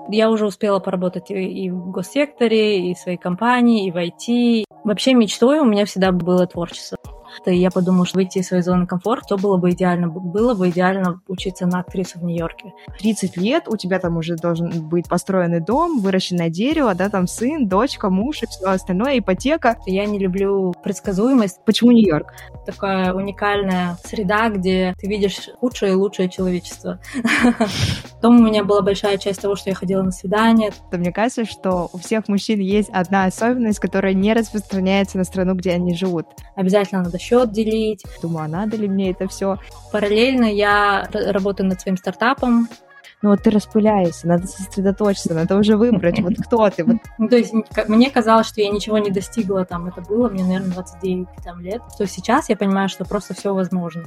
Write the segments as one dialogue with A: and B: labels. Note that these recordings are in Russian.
A: Я уже успела поработать и в госсекторе, и в своей компании, и в IT. Вообще мечтой у меня всегда было творчество. И я подумала, что выйти из своей зоны комфорта, то было бы идеально. Было бы идеально учиться на актрису в Нью-Йорке.
B: 30 лет, у тебя там уже должен быть построенный дом, выращенное дерево, да, там сын, дочка, муж и все остальное, ипотека.
A: Я не люблю предсказуемость.
B: Почему Нью-Йорк?
A: Такая уникальная среда, где ты видишь худшее и лучшее человечество. Потом у меня была большая часть того, что я ходила на свидания.
B: Мне кажется, что у всех мужчин есть одна особенность, которая не распространяется на страну, где они живут.
A: Обязательно надо счет делить.
B: Думаю, а надо ли мне это все?
A: Параллельно я работаю над своим стартапом.
B: Ну вот ты распыляешься, надо сосредоточиться, надо уже выбрать, вот кто ты.
A: Ну, то есть мне казалось, что я ничего не достигла там. Это было мне, наверное, 29 лет. То сейчас я понимаю, что просто все возможно.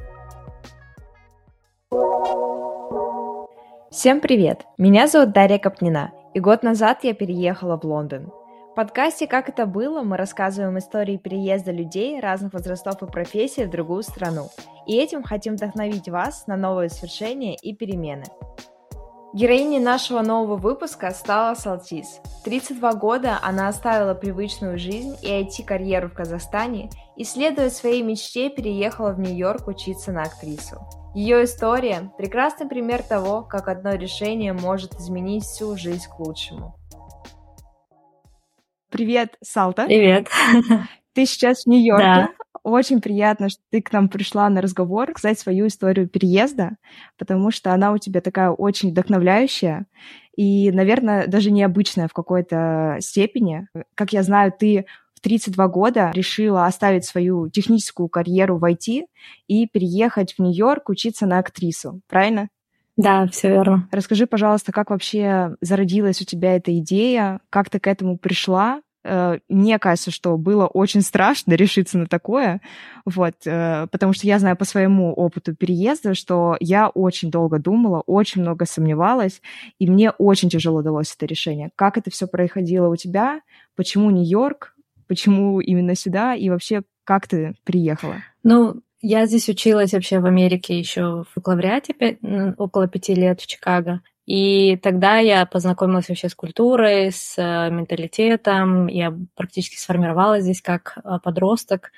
C: Всем привет! Меня зовут Дарья Копнина, и год назад я переехала в Лондон. В подкасте «Как это было» мы рассказываем истории переезда людей разных возрастов и профессий в другую страну, и этим хотим вдохновить вас на новые свершения и перемены. Героиней нашего нового выпуска стала Салтис. В 32 года она оставила привычную жизнь и IT-карьеру в Казахстане и, следуя своей мечте, переехала в Нью-Йорк учиться на актрису. Ее история – прекрасный пример того, как одно решение может изменить всю жизнь к лучшему.
B: Привет, Салта.
A: Привет.
B: Ты сейчас в Нью-Йорке.
A: Да.
B: Очень приятно, что ты к нам пришла на разговор, сказать свою историю переезда, потому что она у тебя такая очень вдохновляющая и, наверное, даже необычная в какой-то степени. Как я знаю, ты в 32 года решила оставить свою техническую карьеру в IT и переехать в Нью-Йорк учиться на актрису, правильно?
A: Да, все верно.
B: Расскажи, пожалуйста, как вообще зародилась у тебя эта идея, как ты к этому пришла? Мне кажется, что было очень страшно решиться на такое, потому что я знаю по своему опыту переезда, что я очень долго думала, очень много сомневалась, и мне очень тяжело далось это решение. Как это все происходило у тебя? Почему Нью-Йорк? Почему именно сюда? И вообще, как ты приехала?
A: Ну, я здесь училась вообще в Америке еще в бакалавриате около 5 лет в Чикаго. И тогда я познакомилась вообще с культурой, с менталитетом. Я практически сформировалась здесь как подросток.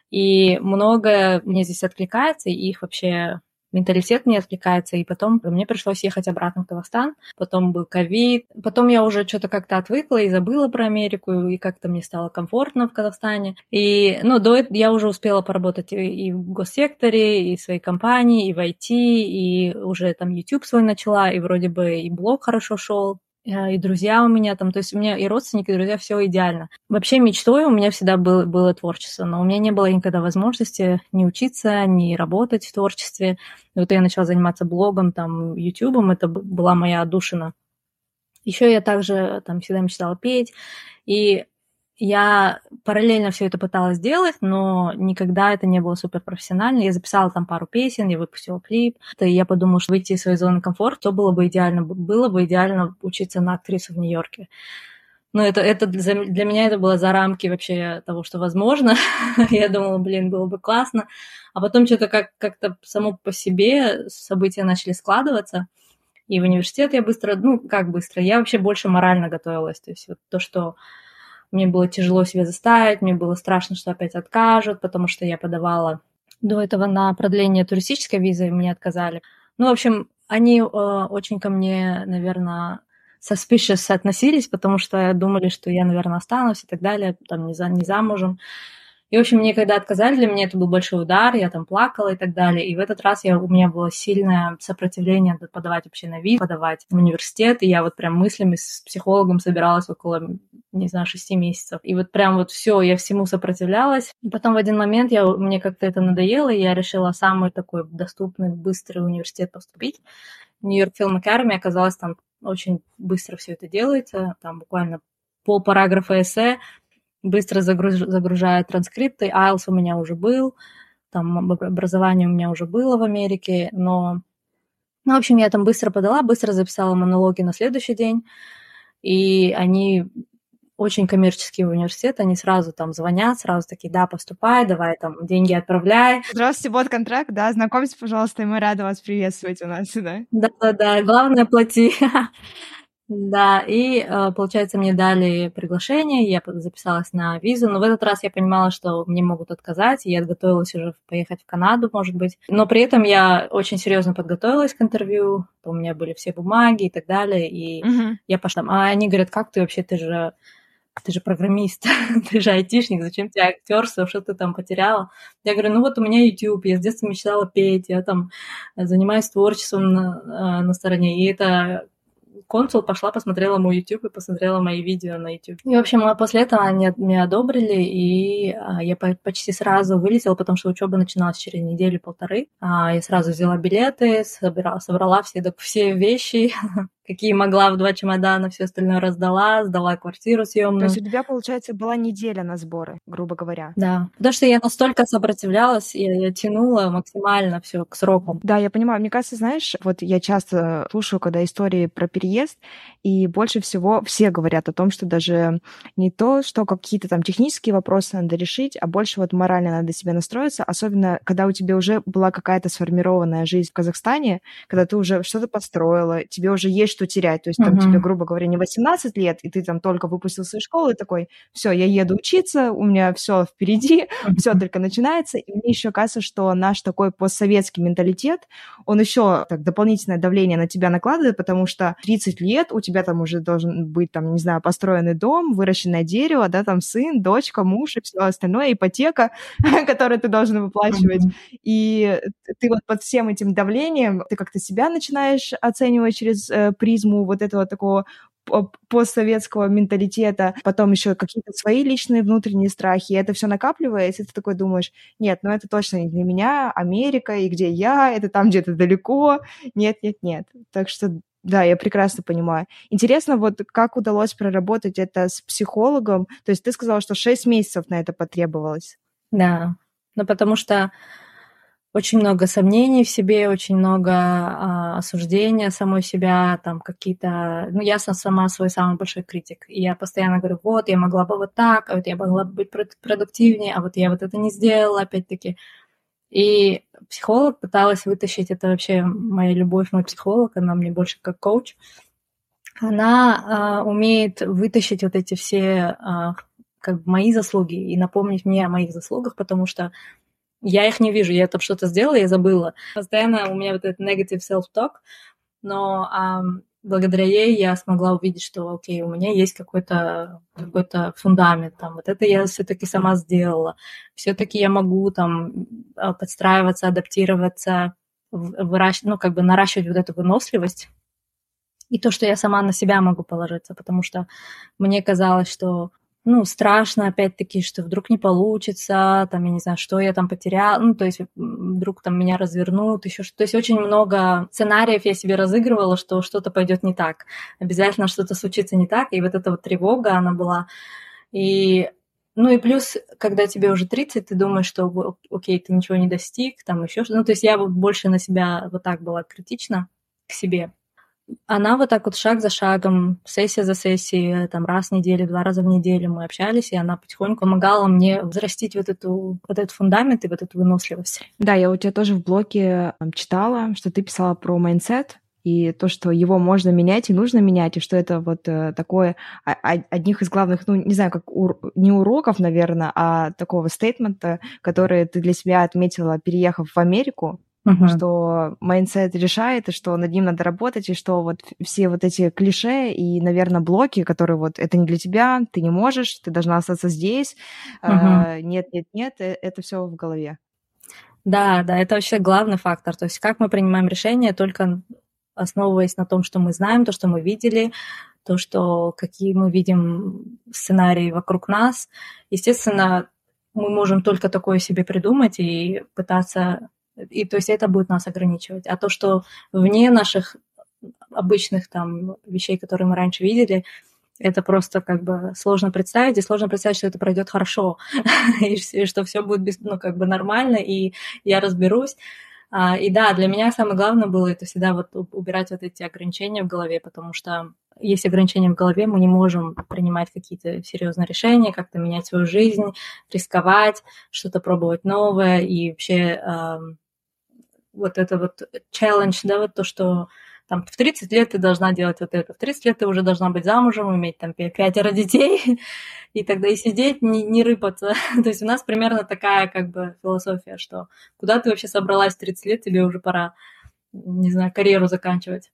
A: И многое мне здесь откликается, и их вообще менталитет мне откликается. И потом мне пришлось ехать обратно в Казахстан. Потом был ковид. Потом я уже что-то как-то отвыкла и забыла про Америку, и как-то мне стало комфортно в Казахстане. И, до этого я уже успела поработать и в госсекторе, и в своей компании, и в IT, и уже там YouTube свой начала, и вроде бы и блог хорошо шел. И друзья у меня там, то есть у меня и родственники, и друзья, все идеально. Вообще мечтой у меня всегда было творчество, но у меня не было никогда возможности ни учиться, ни работать в творчестве. И вот я начала заниматься блогом, там, ютубом, это была моя отдушина. Еще я также там всегда мечтала петь, и я параллельно все это пыталась сделать, но никогда это не было суперпрофессионально. Я записала там пару песен, я выпустила клип. И я подумала, что выйти из своей зоны комфорта, то было бы идеально учиться на актрису в Нью-Йорке. Но это для меня это было за рамки вообще того, что возможно. Я думала, было бы классно. А потом что-то как-то само по себе события начали складываться. И в университет я я вообще больше морально готовилась. То есть вот то, что мне было тяжело себя заставить, мне было страшно, что опять откажут, потому что я подавала до этого на продление туристической визы, и мне отказали. В общем, они очень ко мне, наверное, suspicious относились, потому что думали, что я, наверное, останусь и так далее, там не замужем. И, в общем, мне когда отказали, для меня это был большой удар, я там плакала и так далее. И в этот раз у меня было сильное сопротивление подавать вообще на визу, подавать в университет. И я вот прям мыслями с психологом собиралась около, 6 месяцев. И вот прям вот все, я всему сопротивлялась. И потом в один момент мне как-то это надоело, и я решила самый такой доступный, быстрый университет поступить. Нью-Йорк Film Academy, оказалось, там очень быстро все это делается. Там буквально полпараграфа эссе, быстро загружает транскрипты. IELTS у меня уже был, там образование у меня уже было в Америке, но... в общем, я там быстро подала, быстро записала монологи на следующий день, и они очень коммерческий университет, они сразу там звонят, сразу такие, да, поступай, давай там деньги отправляй.
B: Здравствуйте, вот контракт, да, знакомьтесь, пожалуйста, и мы рады вас приветствовать у нас, да?
A: Да, главное, плати. Да, и, получается, мне дали приглашение, я записалась на визу, но в этот раз я понимала, что мне могут отказать, и я готовилась уже поехать в Канаду, может быть. Но при этом я очень серьезно подготовилась к интервью, у меня были все бумаги и так далее, и я пошла. А они говорят, как ты вообще, ты же программист, ты же айтишник, зачем тебе актерство, что ты там потеряла? Я говорю, ну вот у меня YouTube, я с детства мечтала петь, я там занимаюсь творчеством на стороне, и это консул пошла, посмотрела мой YouTube и посмотрела мои видео на YouTube. И, в общем, после этого они меня одобрили, и я почти сразу вылетела, потому что учеба начиналась через неделю-полторы. Я сразу взяла билеты, собрала все вещи, какие могла, в 2 чемодана, все остальное раздала, сдала квартиру
B: То
A: съемную.
B: есть у тебя, получается, была неделя на сборы, грубо говоря.
A: Да, потому что я настолько сопротивлялась, я тянула максимально все к срокам.
B: Да, я понимаю. Мне кажется, знаешь, вот я часто слушаю, когда истории про переезд, и больше всего все говорят о том, что даже не то, что какие-то там технические вопросы надо решить, а больше вот морально надо себе настроиться, особенно когда у тебя уже была какая-то сформированная жизнь в Казахстане, когда ты уже что-то построила, тебе уже есть что терять. То есть там тебе, грубо говоря, не 18 лет, и ты там только выпустился из школы, и такой, все, я еду учиться, у меня все впереди, все только начинается. И мне еще кажется, что наш такой постсоветский менталитет, он еще так дополнительное давление на тебя накладывает, потому что 30 лет у тебя там уже должен быть, там, не знаю, построенный дом, выращенное дерево, да, там сын, дочка, муж и все остальное, ипотека, которую ты должен выплачивать. И ты вот под всем этим давлением, ты как-то себя начинаешь оценивать через призму вот этого такого постсоветского менталитета, потом еще какие-то свои личные внутренние страхи, и это все накапливается, и ты такой думаешь, нет, ну это точно не для меня, Америка, и где я, это там где-то далеко, нет. Так что да, я прекрасно понимаю. Интересно, вот как удалось проработать это с психологом? То есть ты сказала, что 6 месяцев на это потребовалось.
A: Да, ну потому что очень много сомнений в себе, очень много осуждения самой себя, там какие-то... Ну, я сама свой самый большой критик. И я постоянно говорю, вот, я могла бы вот так, а вот я могла бы быть продуктивнее, а вот я вот это не сделала, опять-таки. И психолог пыталась вытащить, это вообще моя любовь, мой психолог, она мне больше как коуч. Она умеет вытащить вот эти все как бы мои заслуги и напомнить мне о моих заслугах, потому что я их не вижу, я там что-то сделала, я забыла. Постоянно у меня вот этот negative self-talk, но благодаря ей я смогла увидеть, что, окей, у меня есть какой-то фундамент, там, вот это я все-таки сама сделала, все-таки я могу там подстраиваться, адаптироваться, ну, как бы наращивать вот эту выносливость и то, что я сама на себя могу положиться, потому что мне казалось, что ну, страшно, опять-таки, что вдруг не получится, там, я не знаю, что я там потеряла, ну, то есть вдруг там меня развернут, еще что-то. То есть очень много сценариев я себе разыгрывала, что что-то пойдет не так, обязательно что-то случится не так, и вот эта вот тревога, она была. И, ну, и плюс, когда тебе уже 30, ты думаешь, что, окей, ты ничего не достиг, там еще что-то. Ну, то есть я вот больше на себя вот так была критична к себе. Она вот так вот шаг за шагом, сессия за сессией, там раз в неделю, 2 раза в неделю мы общались, и она потихоньку помогала мне взрастить вот этот фундамент и вот эту выносливость.
B: Да, я у тебя тоже в блоге читала, что ты писала про майндсет, и то, что его можно менять и нужно менять, и что это вот такое одних из главных, ну, не знаю, как не уроков, наверное, а такого стейтмента, который ты для себя отметила, переехав в Америку, что майндсет решает, и что над ним надо работать, и что вот все вот эти клише и, наверное, блоки, которые вот это не для тебя, ты не можешь, ты должна остаться здесь, нет, это все в голове.
A: Да, это вообще главный фактор. То есть как мы принимаем решения, только основываясь на том, что мы знаем, то, что мы видели, то, что какие мы видим сценарии вокруг нас. Естественно, мы можем только такое себе придумать и пытаться... И то есть это будет нас ограничивать. А то, что вне наших обычных там вещей, которые мы раньше видели, это просто как бы сложно представить, и сложно представить, что это пройдет хорошо, и что все будет ну, как бы нормально, и я разберусь. И да, для меня самое главное было это всегда вот убирать вот эти ограничения в голове, потому что если ограничения в голове, мы не можем принимать какие-то серьезные решения, как-то менять свою жизнь, рисковать, что-то пробовать новое, и вообще вот это вот челлендж, да, вот то, что там в 30 лет ты должна делать вот это, в 30 лет ты уже должна быть замужем, иметь там 5 детей, и тогда и сидеть, не рыпаться. То есть у нас примерно такая как бы философия, что куда ты вообще собралась в 30 лет, тебе уже пора, не знаю, карьеру заканчивать.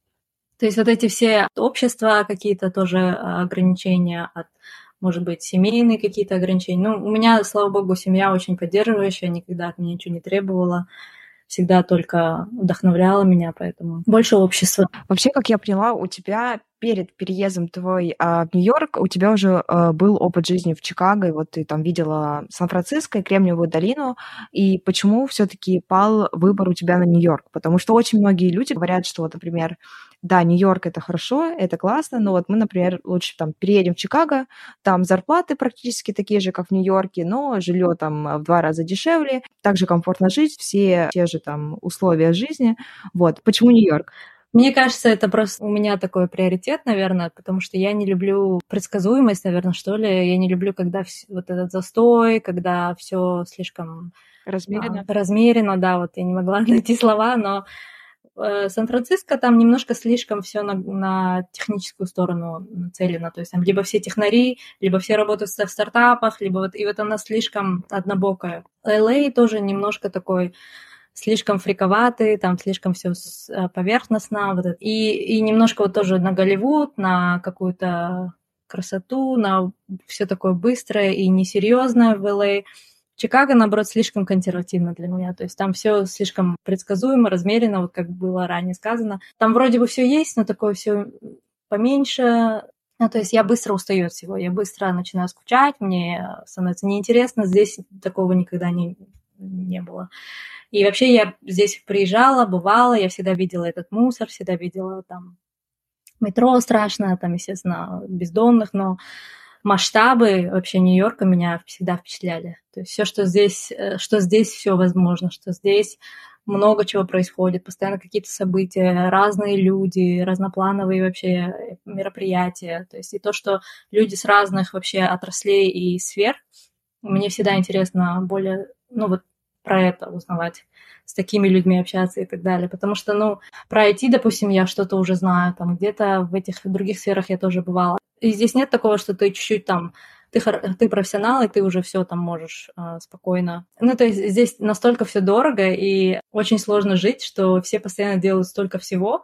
A: То есть вот эти все общества, какие-то тоже ограничения от, может быть, семейные какие-то ограничения. Ну, у меня, слава богу, семья очень поддерживающая, никогда от меня ничего не требовала, всегда только вдохновляла меня, поэтому больше общества.
B: Вообще, как я поняла, у тебя перед переездом твой в Нью-Йорк у тебя уже был опыт жизни в Чикаго, и вот ты там видела Сан-Франциско и Кремниевую долину, и почему все-таки пал выбор у тебя на Нью-Йорк? Потому что очень многие люди говорят, что, вот, например, да, Нью-Йорк — это хорошо, это классно, но вот мы, например, лучше там переедем в Чикаго, там зарплаты практически такие же, как в Нью-Йорке, но жилье там в 2 раза дешевле, также комфортно жить, все те же там условия жизни. Вот. Почему Нью-Йорк?
A: Мне кажется, это просто у меня такой приоритет, наверное, потому что я не люблю предсказуемость, наверное, что ли. Я не люблю, когда вот этот застой, когда все слишком размеренно, да, вот я не могла найти слова, но Сан-Франциско там немножко слишком все на техническую сторону нацелено. То есть там либо все технари, либо все работают в стартапах, либо вот, и вот она слишком однобокая. LA тоже немножко такой слишком фриковатый, там слишком все поверхностно. Вот это. И немножко вот тоже на Голливуд, на какую-то красоту, на все такое быстрое и несерьезное в LA. Чикаго, наоборот, слишком консервативно для меня. То есть там все слишком предсказуемо, размеренно, вот как было ранее сказано. Там вроде бы все есть, но такое все поменьше. Ну, то есть я быстро устаю от всего, я быстро начинаю скучать, мне становится неинтересно. Здесь такого никогда не было. И вообще я здесь приезжала, бывала, я всегда видела этот мусор, всегда видела там метро страшно, там, естественно, бездомных, но масштабы вообще Нью-Йорка меня всегда впечатляли. То есть все, что здесь все возможно, что здесь много чего происходит, постоянно какие-то события, разные люди, разноплановые вообще мероприятия. То есть и то, что люди с разных вообще отраслей и сфер, мне всегда интересно более, ну вот, про это узнавать, с такими людьми общаться и так далее. Потому что, ну, про IT, допустим, я что-то уже знаю, там где-то в этих других сферах я тоже бывала. И здесь нет такого, что ты чуть-чуть там, ты профессионал, и ты уже все там можешь спокойно. Ну, то есть здесь настолько все дорого, и очень сложно жить, что все постоянно делают столько всего,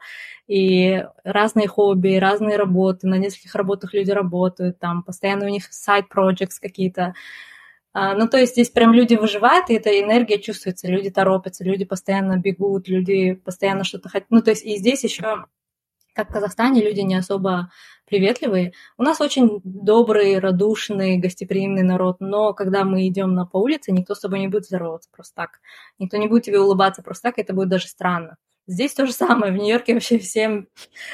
A: и разные хобби, разные работы, на нескольких работах люди работают, там постоянно у них side projects какие-то. Ну, то есть здесь прям люди выживают, и эта энергия чувствуется, люди торопятся, люди постоянно бегут, люди постоянно что-то хотят. Ну, то есть и здесь еще, как в Казахстане, люди не особо приветливые. У нас очень добрый, радушный, гостеприимный народ, но когда мы идем по улице, никто с тобой не будет здороваться просто так. Никто не будет тебе улыбаться просто так, это будет даже странно. Здесь то же самое, в Нью-Йорке вообще всем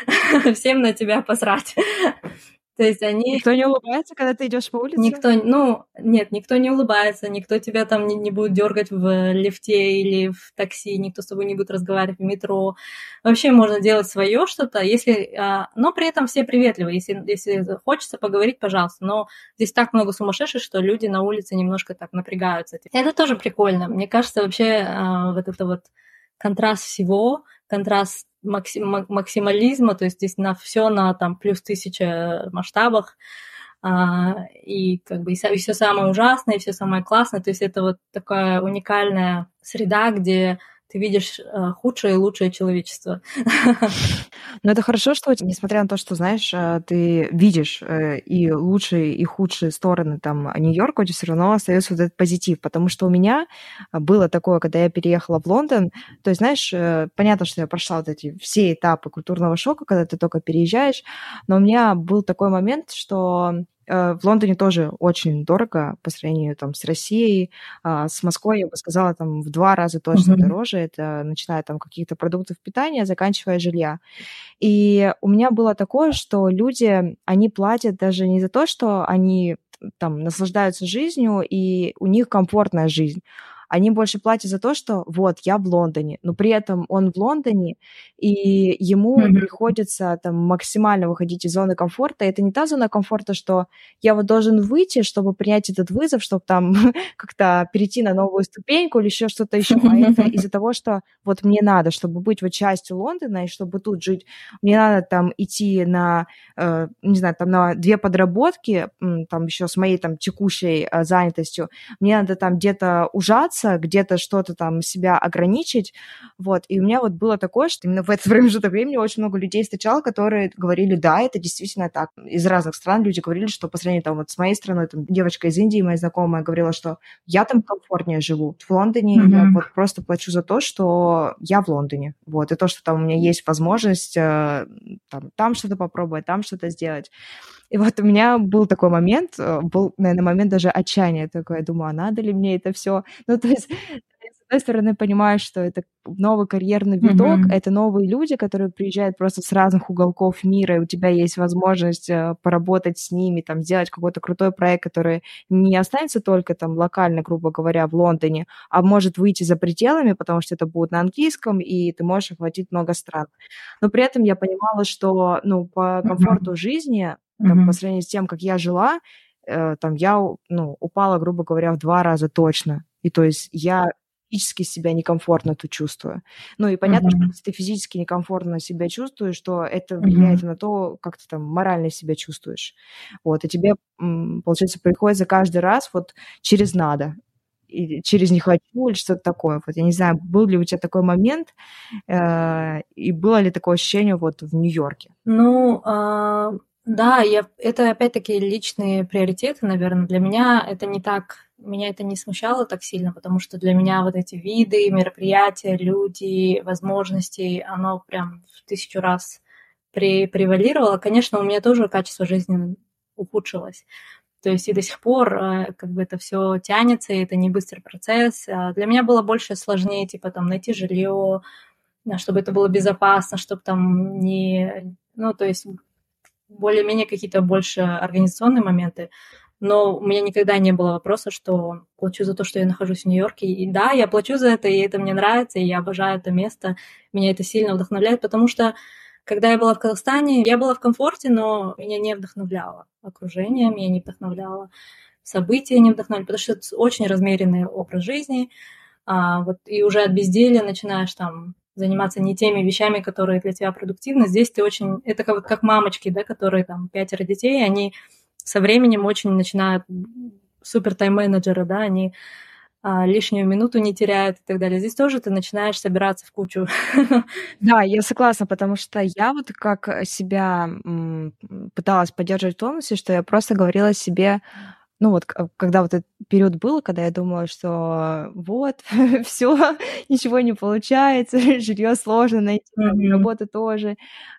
A: на тебя посрать. То есть
B: Никто не улыбается, когда ты идешь по улице?
A: Никто не улыбается, никто тебя там не будет дергать в лифте или в такси, никто с тобой не будет разговаривать в метро. Вообще можно делать свое что-то, но при этом все приветливы. Если хочется поговорить, пожалуйста. Но здесь так много сумасшедших, что люди на улице немножко так напрягаются. Это тоже прикольно. Мне кажется, вообще вот это вот контраст всего, контраст максимализма, то есть здесь на все на там плюс 1000 масштабах, и как бы и все самое ужасное, и все самое классное, то есть это вот такая уникальная среда, где ты видишь худшее и лучшее человечество.
B: Но это хорошо, что, несмотря на то, что, знаешь, ты видишь и лучшие, и худшие стороны там Нью-Йорка, у тебя все равно остается вот этот позитив, потому что у меня было такое, когда я переехала в Лондон, то есть, знаешь, понятно, что я прошла вот эти все этапы культурного шока, когда ты только переезжаешь, но у меня был такой момент, что в Лондоне тоже очень дорого по сравнению там с Россией, с Москвой, я бы сказала, там в 2 раза точно дороже. Это начиная там каких-то продуктов питания, заканчивая жилья. И у меня было такое, что люди, они платят даже не за то, что они там наслаждаются жизнью, и у них комфортная жизнь, они больше платят за то, что вот, я в Лондоне, но при этом он в Лондоне, и ему приходится там максимально выходить из зоны комфорта. Это не та зона комфорта, что я вот должен выйти, чтобы принять этот вызов, чтобы там как-то перейти на новую ступеньку или еще что-то еще. А это из-за того, что вот мне надо, чтобы быть вот частью Лондона и чтобы тут жить, мне надо там идти на, не знаю, там на 2 подработки, там еще с моей там текущей занятостью, мне надо там где-то ужаться, где-то что-то там себя ограничить, вот. И у меня вот было такое, что именно в этот промежуток времени очень много людей встречала, которые говорили, да, это действительно так. Из разных стран люди говорили, что по сравнению там вот с моей страной, там девочка из Индии, моя знакомая, говорила, что я там комфортнее живу. В Лондоне я вот просто плачу за то, что я в Лондоне. Вот. И то, что там у меня есть возможность там что-то попробовать, там что-то сделать. И вот у меня был такой момент, был, наверное, момент даже отчаяния такой. Я думаю, а надо ли мне это все? Ну, то есть, с одной стороны, понимаешь, что это новый карьерный виток, это новые люди, которые приезжают просто с разных уголков мира, и у тебя есть возможность поработать с ними, там, сделать какой-то крутой проект, который не останется только там локально, грубо говоря, в Лондоне, а может выйти за пределами, потому что это будет на английском, и ты можешь охватить много стран. Но при этом я понимала, что, ну, по комфорту жизни, там, по сравнению с тем, как я жила, там, я, ну, упала, грубо говоря, в 2 раза точно. И то есть я физически себя некомфортно тут чувствую. Ну и понятно, что если ты физически некомфортно себя чувствуешь, то это влияет на то, как ты там морально себя чувствуешь. Вот, и тебе, получается, приходится каждый раз вот через «надо», и через «не хочу» или что-то такое. Вот я не знаю, был ли у тебя такой момент, и было ли такое ощущение вот в Нью-Йорке?
A: Ну, да, это опять-таки личные приоритеты, наверное. Для меня это не так, меня это не смущало так сильно, потому что для меня вот эти виды, мероприятия, люди, возможности, оно прям в 1000 раз превалировало. Конечно, у меня тоже качество жизни ухудшилось. То есть и до сих пор как бы это все тянется, и это не быстрый процесс. Для меня было больше сложнее, типа там найти жилье, чтобы это было безопасно, чтобы там не... Ну, то есть более-менее какие-то больше организационные моменты. Но у меня никогда не было вопроса, что плачу за то, что я нахожусь в Нью-Йорке. И да, я плачу за это, и это мне нравится, и я обожаю это место. Меня это сильно вдохновляет, потому что когда я была в Казахстане, я была в комфорте, но меня не вдохновляло окружение, меня не вдохновляло события, не вдохновляли, потому что это очень размеренный образ жизни. Вот, и уже от безделья начинаешь там заниматься не теми вещами, которые для тебя продуктивны. Здесь ты очень... Это как мамочки, да, которые там 5 детей, они со временем очень начинают супер тайм-менеджеры, да, они лишнюю минуту не теряют и так далее. Здесь тоже ты начинаешь собираться в кучу.
B: Да, я согласна, потому что я вот как себя пыталась поддерживать в тонусе, что я просто говорила себе, ну вот, когда вот этот период был, когда я думала, что вот, все, ничего не получается, жилье сложно найти, работу тоже,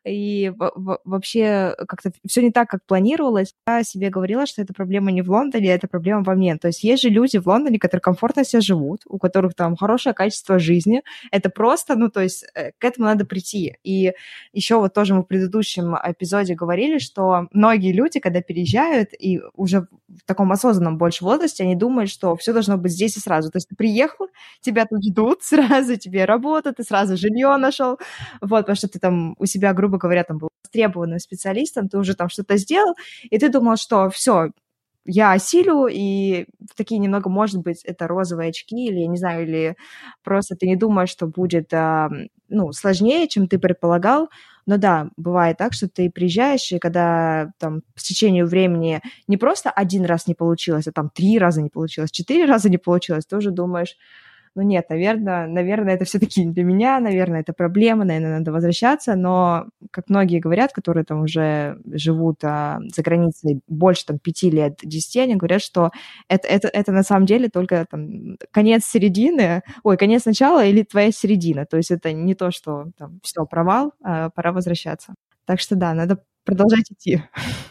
B: и вообще как-то все не так, как планировалось. Я себе говорила, что эта проблема не в Лондоне, это проблема во мне. То есть есть же люди в Лондоне, которые комфортно себя живут, у которых там хорошее качество жизни. Это просто, ну, то есть к этому надо прийти. И еще вот тоже мы в предыдущем эпизоде говорили, что многие люди, когда переезжают и уже в таком осознанном больше возрасте, они думают, что все должно быть здесь и сразу. То есть ты приехал, тебя тут ждут сразу, тебе работа, ты сразу жилье нашел, вот, потому что ты там у себя, грубо говоря, там был востребованным специалистом, ты уже там что-то сделал, и ты думал, что все, я осилю, и такие немного, может быть, это розовые очки, или, я не знаю, или просто ты не думаешь, что будет, ну, сложнее, чем ты предполагал. Но да, бывает так, что ты приезжаешь, и когда там в течение времени не просто 1 раз не получилось, а там 3 раза не получилось, 4 раза не получилось, ты уже думаешь, ну нет, наверное, это все-таки не для меня, наверное, это проблема, наверное, надо возвращаться, но, как многие говорят, которые там уже живут за границей больше там 5 лет, 10, они говорят, что это на самом деле только там конец середины, конец начала или твоя середина, то есть это не то, что там все, провал, пора возвращаться. Так что да, надо продолжать идти.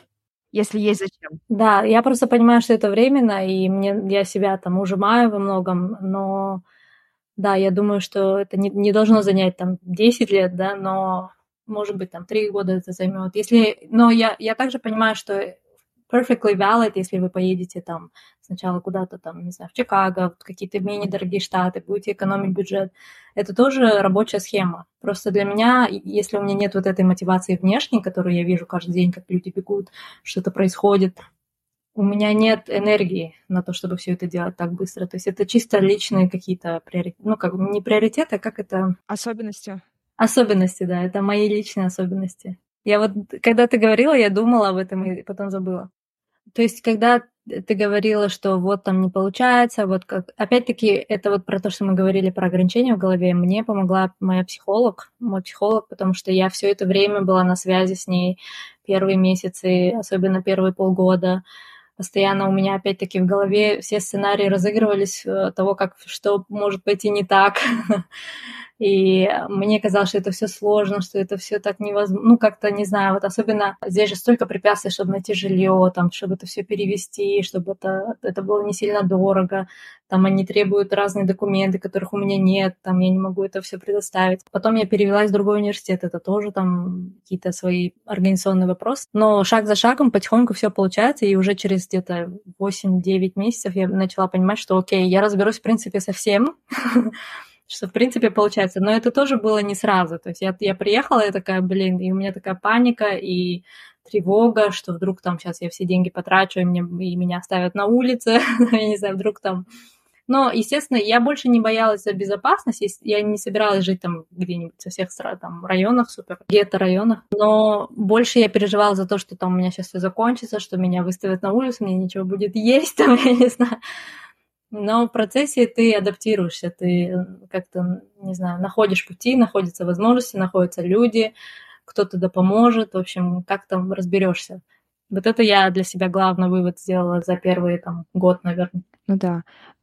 B: Если есть зачем.
A: Да, я просто понимаю, что это временно, и я себя там ужимаю во многом, но да, я думаю, что это не должно занять там 10 лет, да, но, может быть, там 3 года это займет. Но я также понимаю, что perfectly valid, если вы поедете там сначала куда-то там, не знаю, в Чикаго, в какие-то менее дорогие штаты, будете экономить бюджет. Это тоже рабочая схема. Просто для меня, если у меня нет вот этой мотивации внешней, которую я вижу каждый день, как люди бегут, что-то происходит, у меня нет энергии на то, чтобы все это делать так быстро. То есть это чисто личные какие-то приоритеты, ну, как не приоритеты, а как это...
B: Особенности.
A: Особенности, да, это мои личные особенности. Я вот, когда ты говорила, я думала об этом и потом забыла. То есть, когда ты говорила, что вот там не получается, вот как... Опять-таки, это вот про то, что мы говорили про ограничения в голове. Мне помогла мой психолог, потому что я все это время была на связи с ней первые месяцы, особенно первые полгода. Постоянно у меня, опять-таки, в голове все сценарии разыгрывались того, как что может пойти не так. И мне казалось, что это все сложно, что это все так невозможно. Ну, как-то, не знаю, вот особенно здесь же столько препятствий, чтобы найти жилье, там, чтобы это все перевести, чтобы это было не сильно дорого. Там они требуют разные документы, которых у меня нет, там я не могу это все предоставить. Потом я перевелась в другой университет, это тоже там какие-то свои организационные вопросы. Но шаг за шагом потихоньку все получается, и уже через где-то 8-9 месяцев я начала понимать, что окей, я разберусь, в принципе, со всем, что, в принципе, получается. Но это тоже было не сразу. То есть я приехала, и такая, блин, и у меня такая паника и тревога, что вдруг там сейчас я все деньги потрачу, и меня оставят на улице, я не знаю, вдруг там... Но, естественно, я больше не боялась за безопасность, я не собиралась жить там где-нибудь со всех там районах, супер гетто-районах, но больше я переживала за то, что там у меня сейчас все закончится, что меня выставят на улицу, мне ничего будет есть, там, я не знаю. Но в процессе ты адаптируешься, ты как-то, не знаю, находишь пути, находятся возможности, находятся люди, кто-то да поможет, в общем, как там разберешься. Вот это я для себя главный вывод сделала за первый там год, наверное.
B: Ну да.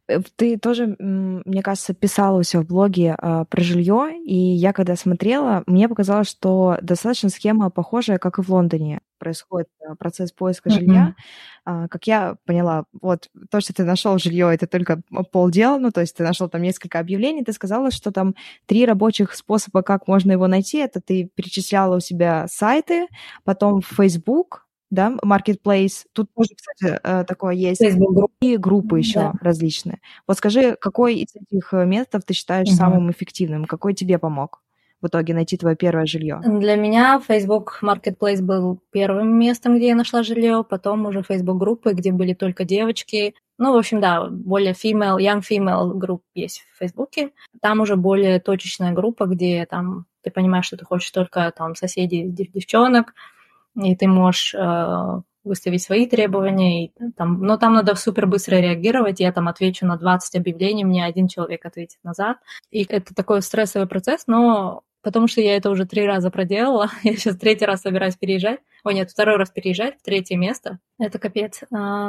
B: Ты тоже, мне кажется, писала у себя в блоге про жилье, и я когда смотрела, мне показалось, что достаточно схема похожая, как и в Лондоне. Происходит процесс поиска жилья. Как я поняла, вот то, что ты нашел жилье, это только полдела, ну, то есть ты нашел там несколько объявлений, ты сказала, что там 3 рабочих способа, как можно его найти, это ты перечисляла у себя сайты, потом Facebook, да, Marketplace. Тут тоже, кстати, такое есть.
A: Facebook
B: И группы еще
A: да.
B: различные. Вот скажи, какой из этих методов ты считаешь самым эффективным? Какой тебе помог в итоге найти твое первое жилье?
A: Для меня Facebook Marketplace был первым местом, где я нашла жилье, потом уже Facebook группы, где были только девочки. Ну, в общем, да, более young female групп есть в Фейсбуке. Там уже более точечная группа, где там ты понимаешь, что ты хочешь только там соседей, девчонок, и ты можешь выставить свои требования, и, там, но там надо супер быстро реагировать, я там отвечу на 20 объявлений, мне один человек ответит назад, и это такой стрессовый процесс, но потому что я это уже 3 раза проделала, я сейчас 3-й раз собираюсь переезжать, 2-й раз переезжать в 3-е место, это капец,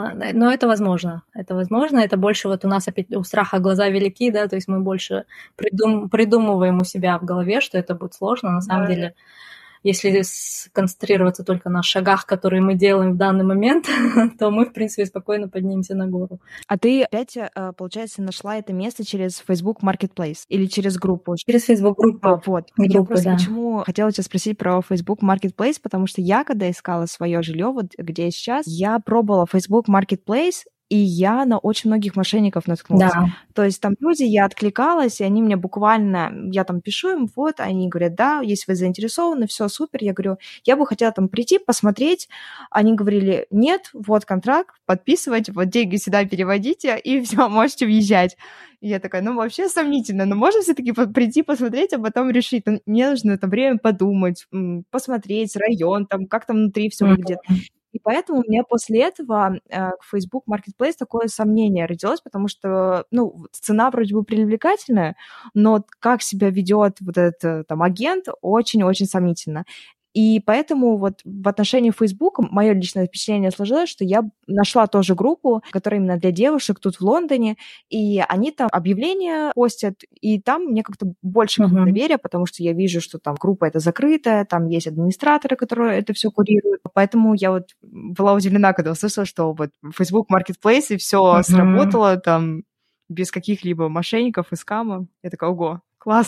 A: но это возможно, это больше вот у нас опять у страха глаза велики, да, то есть мы больше придумываем у себя в голове, что это будет сложно, на самом деле. Если сконцентрироваться только на шагах, которые мы делаем в данный момент, то мы, в принципе, спокойно поднимемся на гору.
B: А ты опять, получается, нашла это место через Facebook Marketplace или через группу?
A: Через Facebook группу.
B: Вот.
A: Группы,
B: я просто
A: да.
B: почему хотела тебя спросить про Facebook Marketplace, потому что я, когда искала свое жилье, вот где я сейчас, я пробовала Facebook Marketplace, и я на очень многих мошенников наткнулась.
A: Да.
B: То есть там люди, я откликалась, и они мне буквально, я там пишу им, вот, они говорят, да, если вы заинтересованы, все супер. Я говорю, я бы хотела там прийти, посмотреть. Они говорили, нет, вот контракт, подписывайте, вот деньги сюда переводите, и все, можете въезжать. И я такая, ну, вообще сомнительно, но можно все-таки прийти, посмотреть, а потом решить. Мне нужно там время подумать, посмотреть район, там, как там внутри все выглядит. И поэтому у меня после этого к Facebook Marketplace такое сомнение родилось, потому что, ну, цена вроде бы привлекательная, но как себя ведет вот этот там агент, очень-очень сомнительно. И поэтому вот в отношении Facebook мое личное впечатление сложилось, что я нашла тоже группу, которая именно для девушек тут в Лондоне, и они там объявления постят, и там мне как-то больше доверия, потому что я вижу, что там группа эта закрытая, там есть администраторы, которые это все курируют. Поэтому я вот была удивлена, когда услышала, что вот Facebook Marketplace и все сработало там без каких-либо мошенников и скама. Я такая, ого, класс.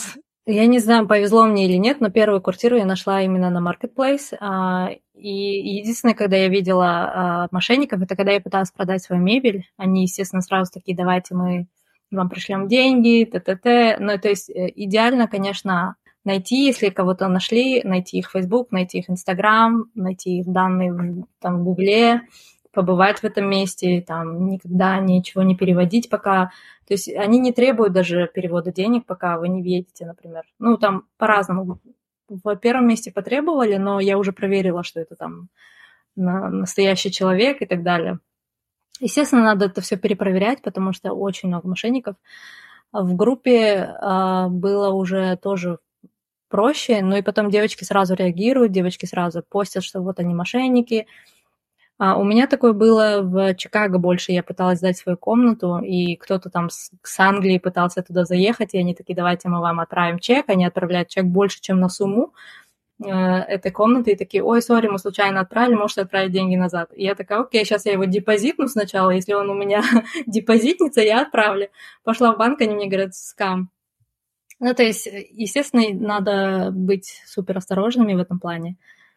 A: Я не знаю, повезло мне или нет, но первую квартиру я нашла именно на Marketplace. И единственное, когда я видела мошенников, это когда я пыталась продать свою мебель. Они, естественно, сразу такие: давайте мы вам пришлем деньги, т-т-т. Ну, то есть идеально, конечно, найти, если кого-то нашли, найти их Facebook, найти их Instagram, найти их данные там в Гугле, побывать в этом месте, там никогда ничего не переводить пока. То есть они не требуют даже перевода денег, пока вы не въедете, например. Ну, там по-разному. В первом месте потребовали, но я уже проверила, что это там настоящий человек и так далее. Естественно, надо это все перепроверять, потому что очень много мошенников. В группе было уже тоже проще, но и потом девочки сразу реагируют, девочки сразу постят, что вот они мошенники. У меня такое было в Чикаго больше. Я пыталась сдать свою комнату, и кто-то там с Англии пытался туда заехать, и они такие: давайте мы вам отправим чек. Они отправляют чек больше, чем на сумму этой комнаты, и такие: ой, сори, мы случайно отправили, можете отправить деньги назад. И я такая: окей, сейчас я его депозитну сначала, если он у меня депозитница, я отправлю. Пошла в банк, они мне говорят: скам. Ну, то есть, естественно, надо быть супер осторожными в этом плане.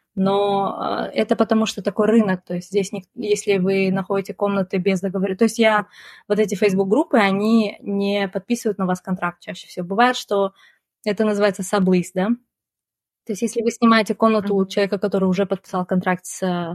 A: Но это потому, что такой рынок, то есть здесь, если вы находите комнаты без договора, то есть вот эти Facebook-группы, они не подписывают на вас контракт чаще всего. Бывает, что это называется саблиз, да? То есть если вы снимаете комнату у человека, который уже подписал контракт с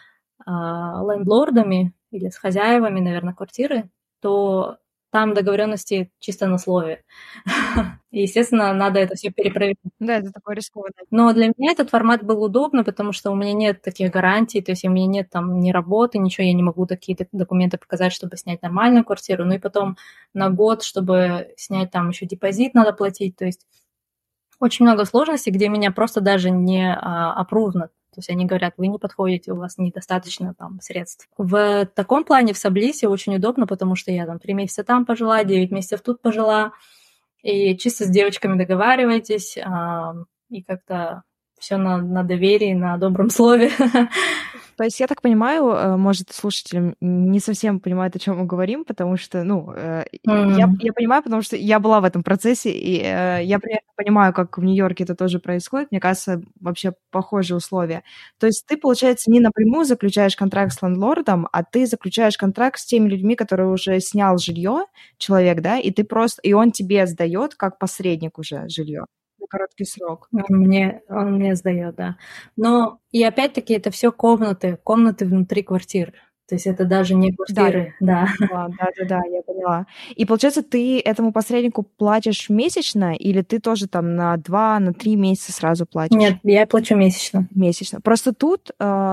A: лендлордами или с хозяевами, наверное, квартиры, то там договоренности чисто на слове. И, естественно, надо это все перепроверить.
B: Да, это такое рискованно.
A: Но для меня этот формат был удобно, потому что у меня нет таких гарантий, то есть у меня нет там ни работы, ничего, я не могу такие документы показать, чтобы снять нормальную квартиру. Ну и потом на год, чтобы снять там еще депозит надо платить. То есть очень много сложностей, где меня просто даже не опрувнут. То есть они говорят: вы не подходите, у вас недостаточно там средств. В таком плане в Саблисе очень удобно, потому что я там 3 месяца там пожила, 9 месяцев тут пожила, и чисто с девочками договариваетесь, и как-то все на доверии, на добром слове.
B: То есть я так понимаю, может, слушатели не совсем понимают, о чем мы говорим, потому что, я понимаю, потому что я была в этом процессе, и я примерно понимаю, как в Нью-Йорке это тоже происходит. Мне кажется, вообще похожие условия. То есть ты, получается, не напрямую заключаешь контракт с лендлордом, а ты заключаешь контракт с теми людьми, которые уже снял жилье, человек, да, и он тебе сдает как посредник уже жилье на короткий срок.
A: Он мне сдает, да. Но и опять-таки это все комнаты внутри квартир. То есть это даже не квартиры, да.
B: Да, я поняла. И получается, ты этому посреднику платишь месячно, или ты тоже там на 2, на 3 месяца сразу платишь?
A: Нет, я плачу месячно.
B: Месячно. Просто тут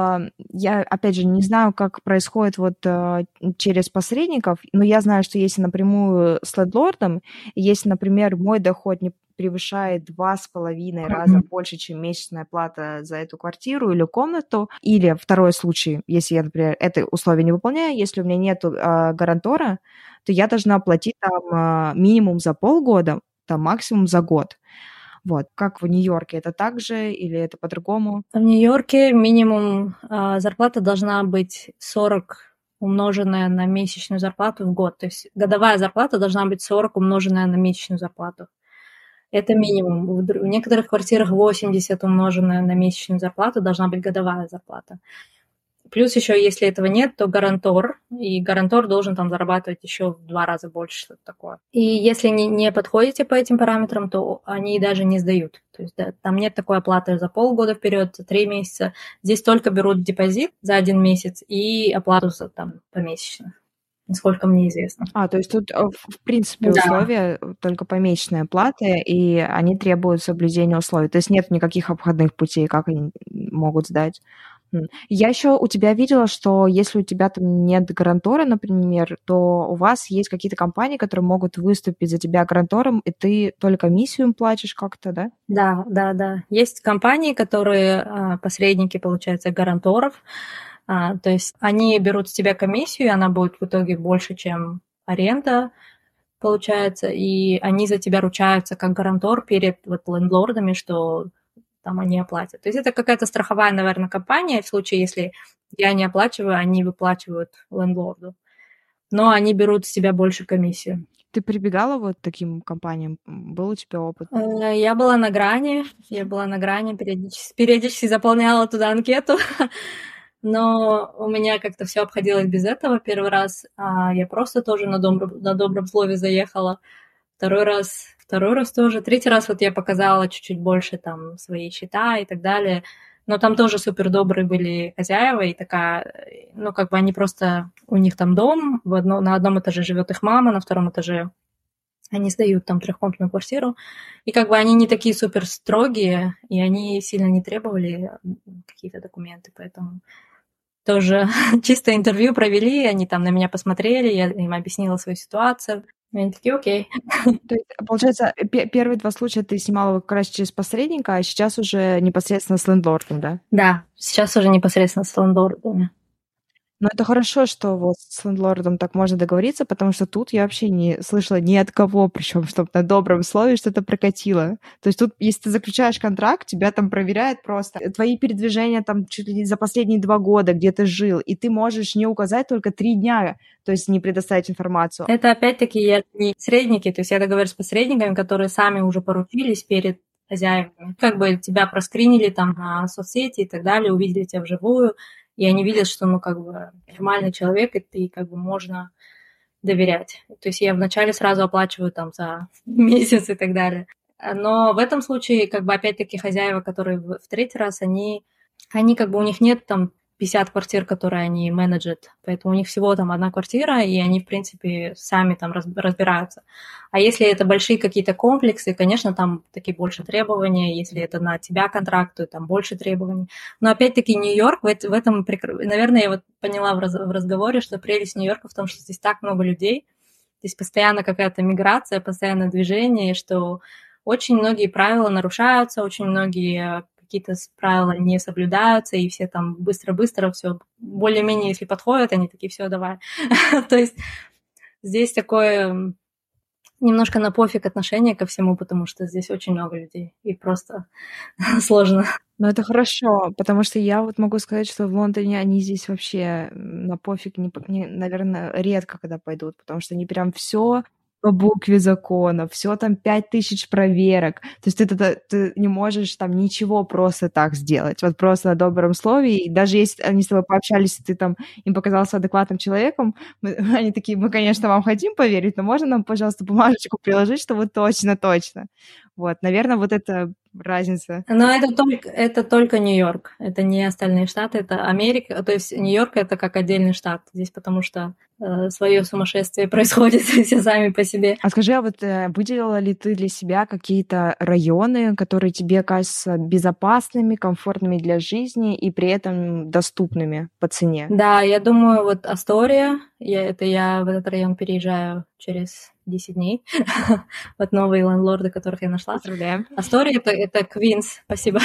B: я, опять же, не знаю, как происходит через посредников, но я знаю, что если напрямую с лендлордом, если, например, мой доход не превышает 2,5 раза больше, чем месячная плата за эту квартиру или комнату, или второй случай, если я, например, это условие не выполняю, если у меня нет гарантора, то я должна платить там минимум за полгода, там максимум за год. Вот. Как в Нью-Йорке? Это так же или это по-другому?
A: В Нью-Йорке минимум зарплата должна быть 40 умноженная на месячную зарплату в год. То есть годовая зарплата должна быть 40 умноженная на месячную зарплату. Это минимум. В некоторых квартирах 80 умноженная на месячную зарплату должна быть годовая зарплата. Плюс еще, если этого нет, то гарантор, и гарантор должен там зарабатывать еще в 2 раза больше, что-то такое. И если не подходите по этим параметрам, то они даже не сдают. То есть да, там нет такой оплаты за полгода вперед, за 3 месяца. Здесь только берут депозит за 1 месяц и оплату там помесячно, насколько мне известно.
B: То есть тут, в принципе, условия только помесячные платы, и они требуют соблюдения условий. То есть нет никаких обходных путей, как они могут сдать. Я еще у тебя видела, что если у тебя там нет гарантора, например, то у вас есть какие-то компании, которые могут выступить за тебя гарантором, и ты только комиссию им платишь как-то, да?
A: Да. Есть компании, которые посредники, получается, гаранторов. То есть они берут с тебя комиссию, и она будет в итоге больше, чем аренда, получается, и они за тебя ручаются как гарантор перед лендлордами, что там они оплатят. То есть это какая-то страховая, наверное, компания. В случае, если я не оплачиваю, они выплачивают лендлорду. Но они берут с тебя больше комиссию.
B: Ты прибегала вот к таким компаниям? Был у тебя опыт?
A: Я была на грани, периодически заполняла туда анкету, но у меня как-то все обходилось без этого. Первый раз я просто тоже на добром слове заехала, второй раз тоже, третий раз вот я показала чуть-чуть больше там свои счета и так далее, но там тоже супер добрые были хозяева, и такая, ну, как бы они просто, у них там дом, на одном этаже живет их мама, на втором этаже они сдают там трехкомнатную квартиру, и как бы они не такие супер строгие, и они сильно не требовали какие-то документы, поэтому тоже чисто интервью провели, они там на меня посмотрели, я им объяснила свою ситуацию, и они такие, окей.
B: То есть, получается, первые 2 случая ты снимала как раз через посредника, а сейчас уже непосредственно с лендлордом, да?
A: Да, сейчас уже непосредственно с лендлордами.
B: Но это хорошо, что вот с лендлордом так можно договориться, потому что тут я вообще не слышала ни от кого, причем чтобы на добром слове что-то прокатило. То есть тут, если ты заключаешь контракт, тебя там проверяют просто твои передвижения там чуть ли не за последние 2 года, где ты жил, и ты можешь не указать только 3 дня, то есть не предоставить информацию.
A: Это опять-таки я не посредники, то есть я договорюсь с посредниками, которые сами уже поручились перед хозяевами. Как бы тебя проскринили там на соцсети и так далее, увидели тебя вживую, и они видят, что, ну, как бы нормальный человек, и ты как бы можно доверять. То есть я вначале сразу оплачиваю там за месяц и так далее. Но в этом случае, как бы, опять-таки, хозяева, которые в третий раз, они как бы, у них нет там 50 квартир, которые они менеджат, поэтому у них всего там одна квартира, и они, в принципе, сами там разбираются. А если это большие какие-то комплексы, конечно, там такие больше требования, если это на тебя контракт, то там больше требований. Но опять-таки Нью-Йорк в этом, наверное, я вот поняла в разговоре, что прелесть Нью-Йорка в том, что здесь так много людей, здесь постоянно какая-то миграция, постоянно движение, что очень многие правила нарушаются, очень многие какие-то правила не соблюдаются, и все там быстро-быстро все более-менее, если подходят, они такие, все, давай. То есть здесь такое немножко на пофиг отношение ко всему, потому что здесь очень много людей, и просто сложно.
B: Но это хорошо, потому что я вот могу сказать, что в Лондоне они здесь вообще на пофиг, наверное, редко когда пойдут, потому что они прям все по букве закона, все там 5000 проверок. То есть ты не можешь там ничего просто так сделать, вот просто на добром слове. И даже если они с тобой пообщались, и ты там им показался адекватным человеком, они такие, мы, конечно, вам хотим поверить, но можно нам, пожалуйста, бумажечку приложить, что вы точно-точно. Вот, наверное, вот это разница.
A: Но это только Нью-Йорк, это не остальные штаты, это Америка, то есть Нью-Йорк это как отдельный штат здесь, потому что свое сумасшествие происходит все сами по себе.
B: А скажи, а вот выделила ли ты для себя какие-то районы, которые тебе кажутся безопасными, комфортными для жизни и при этом доступными по цене?
A: Да, я думаю, вот Астория, я в этот район переезжаю через 10 дней. Вот новые лендлорды, которых я нашла.
B: Поздравляем.
A: Астория это Квинс, спасибо.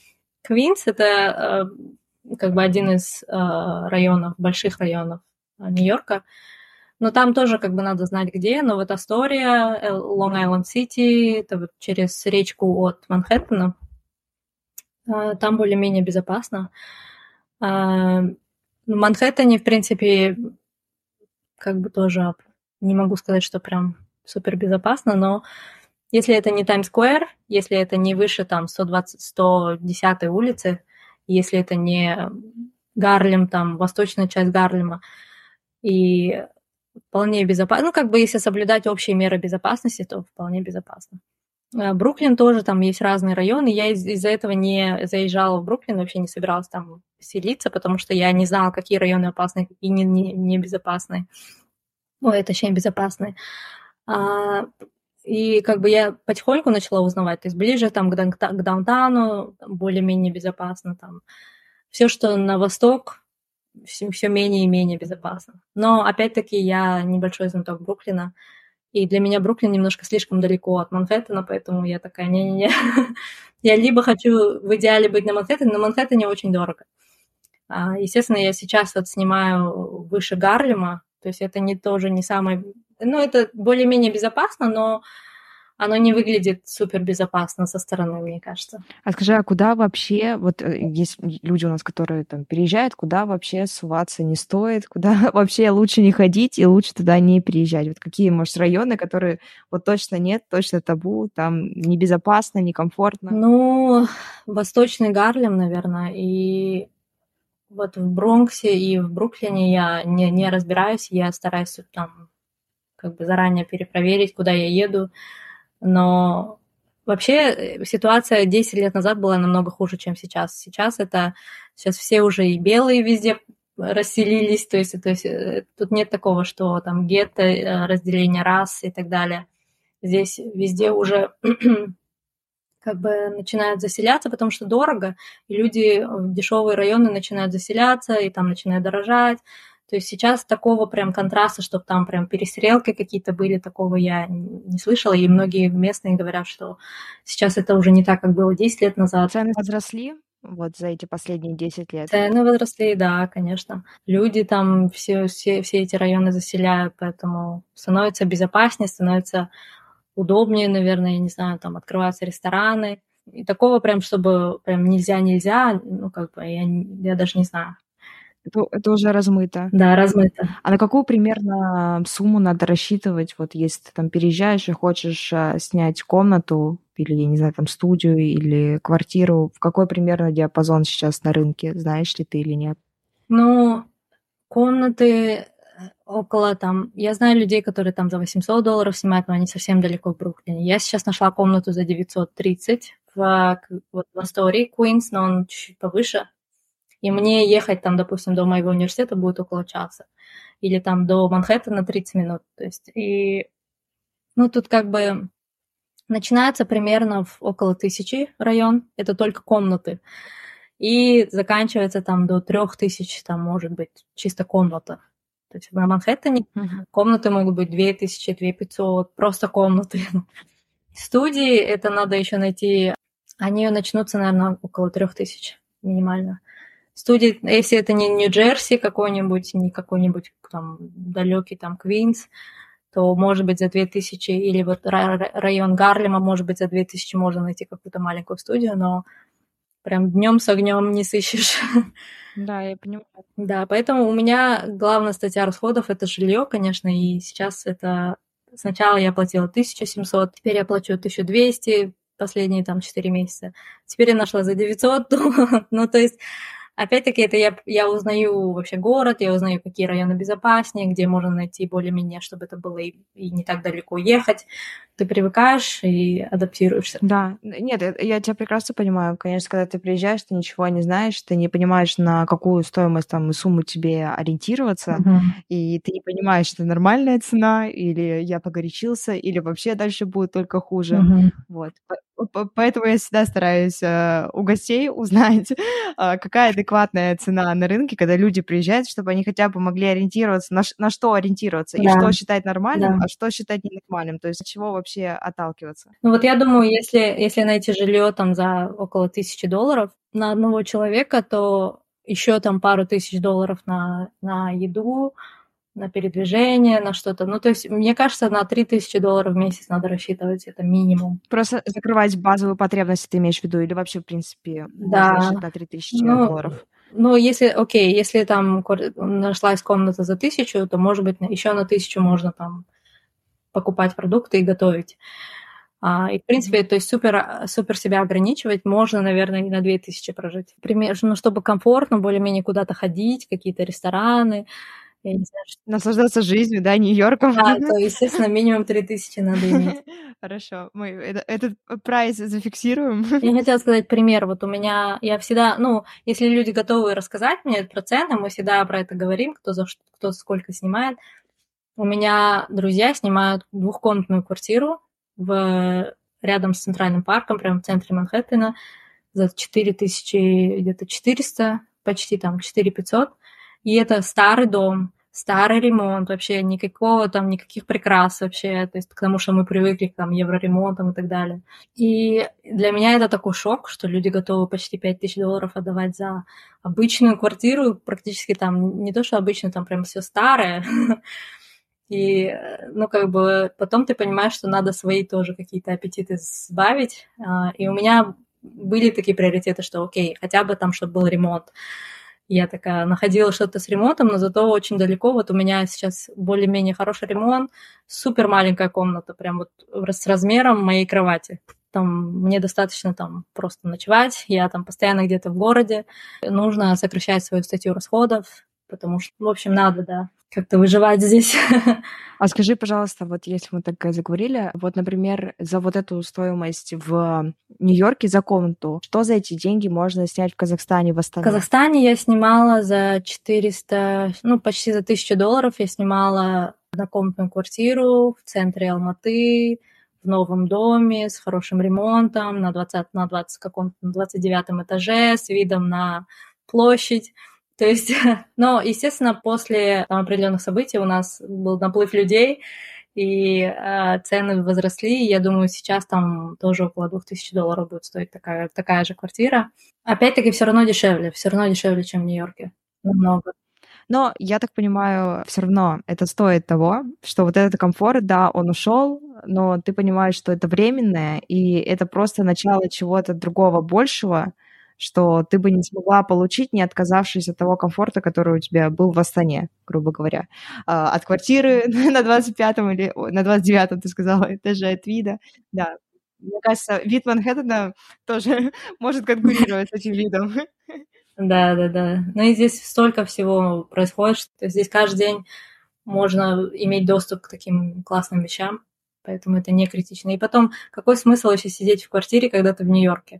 A: Квинс это как бы один из районов, больших районов Нью-Йорка. Но там тоже как бы надо знать где, но вот Астория, Лонг-Айленд-Сити, это вот через речку от Манхэттена, там более-менее безопасно. В Манхэттене, в принципе, как бы тоже не могу сказать, что прям супер безопасно, но если это не Таймс-сквер, если это не выше там 110-й улицы, если это не Гарлем, там восточная часть Гарлема, и вполне безопасно. Ну, как бы если соблюдать общие меры безопасности, то вполне безопасно. Бруклин тоже, там есть разные районы. Я из-за этого не заезжала в Бруклин, вообще не собиралась там селиться, потому что я не знала, какие районы опасные, какие не безопасные. Ой, точнее, безопасные. И как бы я потихоньку начала узнавать, то есть ближе там к даунтауну более-менее безопасно, там все, что на восток, все менее и менее безопасно. Но опять-таки я небольшой знаток Бруклина, и для меня Бруклин немножко слишком далеко от Манхэттена, поэтому я такая, не-не-не. Я либо хочу в идеале быть на Манхэттене, но Манхэттене очень дорого. Естественно, я сейчас вот снимаю выше Гарлема, то есть это тоже не самое... Ну, это более-менее безопасно, но оно не выглядит супер безопасно со стороны, мне кажется.
B: А скажи, а куда вообще, вот есть люди у нас, которые там переезжают, куда вообще суваться не стоит, куда вообще лучше не ходить и лучше туда не переезжать? Вот какие, может, районы, которые вот точно нет, точно табу, там небезопасно, некомфортно?
A: Ну, Восточный Гарлем, наверное, и вот в Бронксе и в Бруклине я не разбираюсь, я стараюсь там как бы заранее перепроверить, куда я еду, но вообще ситуация 10 лет назад была намного хуже, чем сейчас. Сейчас все уже и белые везде расселились, то есть тут нет такого, что там гетто, разделение рас и так далее. Здесь везде уже как бы начинают заселяться, потому что дорого, и люди в дешевые районы начинают заселяться, и там начинают дорожать. То есть сейчас такого прям контраста, чтобы там прям перестрелки какие-то были, такого я не слышала, и многие местные говорят, что сейчас это уже не так, как было 10 лет назад.
B: Цены возросли вот за эти последние 10 лет?
A: Цены возросли, да, конечно. Люди там все эти районы заселяют, поэтому становится безопаснее, становится удобнее, наверное, я не знаю, там открываются рестораны. И такого прям, чтобы прям нельзя, ну, как бы, я даже не знаю.
B: Это уже размыто.
A: Да, размыто.
B: А на какую примерно сумму надо рассчитывать, вот если ты там переезжаешь и хочешь снять комнату или, я не знаю, там студию или квартиру, в какой примерно диапазон сейчас на рынке, знаешь ли ты или нет?
A: Ну, комнаты около там... Я знаю людей, которые там за $800 снимают, но они совсем далеко в Бруклине. Я сейчас нашла комнату за 930 в Астории, Куинс, но он чуть-чуть повыше. И мне ехать там, допустим, до моего университета будет около часа. Или там до Манхэттена 30 минут. То есть, ну, тут как бы начинается примерно около 1000 район. Это только комнаты. И заканчивается там до 3000, там, может быть, чисто комната. То есть на Манхэттене комнаты могут быть 2000, 2500, просто комнаты. Студии это надо еще найти. Они начнутся, наверное, около 3000 минимально. Студии, если это не Нью-Джерси какой-нибудь, не какой-нибудь там далекий там Квинс, то, может быть, за 2000, или вот район Гарлема, может быть, за 2000 можно найти какую-то маленькую студию, но прям днем с огнем не сыщешь.
B: Да, я понимаю.
A: Да, поэтому у меня главная статья расходов – это жилье, конечно, и сейчас это... Сначала я платила 1700, теперь я плачу 1200 последние там 4 месяца. Теперь я нашла за 900, ну, то есть... Опять-таки, это я узнаю вообще город, я узнаю, какие районы безопаснее, где можно найти более-менее, чтобы это было и не так далеко ехать. Ты привыкаешь и адаптируешься.
B: Да, нет, я тебя прекрасно понимаю. Конечно, когда ты приезжаешь, ты ничего не знаешь, ты не понимаешь, на какую стоимость там и сумму тебе ориентироваться, и ты не понимаешь, это нормальная цена, или я погорячился, или вообще дальше будет только хуже. Вот. Поэтому я всегда стараюсь у гостей узнать, какая адекватная цена на рынке, когда люди приезжают, чтобы они хотя бы могли ориентироваться, на что ориентироваться, и что считать нормальным, а что считать ненормальным, то есть от чего вообще отталкиваться.
A: Ну вот я думаю, если найти жилье там за около $1000 на одного человека, то еще там пару тысяч долларов на еду, на передвижение, на что-то. Ну, то есть, мне кажется, на $3000 в месяц надо рассчитывать, это минимум.
B: Просто закрывать базовую потребность, ты имеешь в виду, или вообще, в принципе,
A: Да.
B: можно рассчитать $3000?
A: Ну, если там нашлась комната за 1000, то, может быть, еще на 1000 можно там покупать продукты и готовить. И, в принципе, то есть супер себя ограничивать можно, наверное, и на 2000 прожить. Ну, чтобы комфортно более-менее куда-то ходить, какие-то рестораны, я не знаю,
B: наслаждаться жизнью, да, Нью-Йорком.
A: Да, то, естественно, минимум 3000 надо иметь.
B: Хорошо, мы этот прайс зафиксируем.
A: Я хотела сказать пример. Вот у меня, я всегда, ну, если люди готовы рассказать мне про цены, мы всегда про это говорим, кто сколько снимает. У меня друзья снимают двухкомнатную квартиру рядом с Центральным парком, прямо в центре Манхэттена, за 4400, где-то 400, почти там 4500. И это старый дом, старый ремонт, вообще никаких прикрас вообще, то есть к тому, что мы привыкли к там евроремонтам и так далее. И для меня это такой шок, что люди готовы почти $5000 отдавать за обычную квартиру, практически там не то, что обычно, там прям все старое. И, ну, как бы потом ты понимаешь, что надо свои тоже какие-то аппетиты сбавить. И у меня были такие приоритеты, что окей, хотя бы там, чтобы был ремонт. Я такая находила что-то с ремонтом, но зато очень далеко. Вот у меня сейчас более-менее хороший ремонт, супер маленькая комната, прям вот с размером моей кровати. Там мне достаточно там просто ночевать, я там постоянно где-то в городе. Нужно сокращать свою статью расходов, потому что, в общем, надо, да, как-то выживать здесь.
B: А скажи, пожалуйста, вот если мы так заговорили, вот, например, за вот эту стоимость в Нью-Йорке за комнату, что за эти деньги можно снять в Казахстане в
A: В
B: Астане?
A: Казахстане я снимала за 400, ну, почти за $1000 я снимала однокомнатную квартиру в центре Алматы, в новом доме с хорошим ремонтом на 29 этаже с видом на площадь. То есть, но, естественно, после там, определенных событий у нас был наплыв людей, и цены возросли. Я думаю, сейчас там тоже около $2000 будет стоить такая же квартира. Опять-таки, все равно дешевле, чем в Нью-Йорке. Намного.
B: Но я так понимаю, все равно это стоит того, что вот этот комфорт, да, он ушел, но ты понимаешь, что это временное, и это просто начало чего-то другого, большего, что ты бы не смогла получить, не отказавшись от того комфорта, который у тебя был в Астане, грубо говоря. От квартиры на 25-м или на 29-м, ты сказала, этаже от вида. Да, мне кажется, вид Манхэттена тоже может конкурировать с этим видом.
A: Да. Ну и здесь столько всего происходит, что здесь каждый день можно иметь доступ к таким классным вещам, поэтому это не критично. И потом, какой смысл вообще сидеть в квартире, когда ты в Нью-Йорке?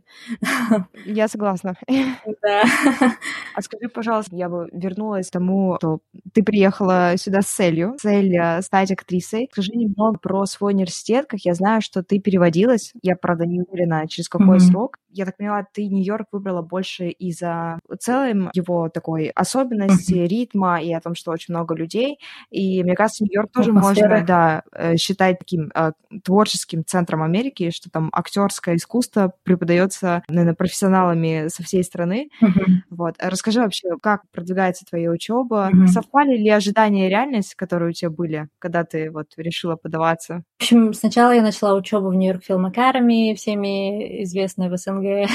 B: Я согласна.
A: Да.
B: А скажи, пожалуйста, я бы вернулась к тому, что ты приехала сюда с целью, цель стать актрисой. Скажи немного про свой университет, как я знаю, что ты переводилась. Я, правда, не уверена, через какой срок. Я так поняла, ты Нью-Йорк выбрала больше из-за целым его такой особенности, ритма и о том, что очень много людей. И мне кажется, Нью-Йорк тоже можно, да, считать таким творческим центром Америки, что там актерское искусство преподается, наверное, профессионалами со всей страны. Вот. Расскажи вообще, как продвигается твоя учеба? Совпали ли ожидания и реальность, которые у тебя были, когда ты вот решила подаваться?
A: В общем, сначала я начала учебу в Нью-Йорк Film Academy, всеми известной в СНГ.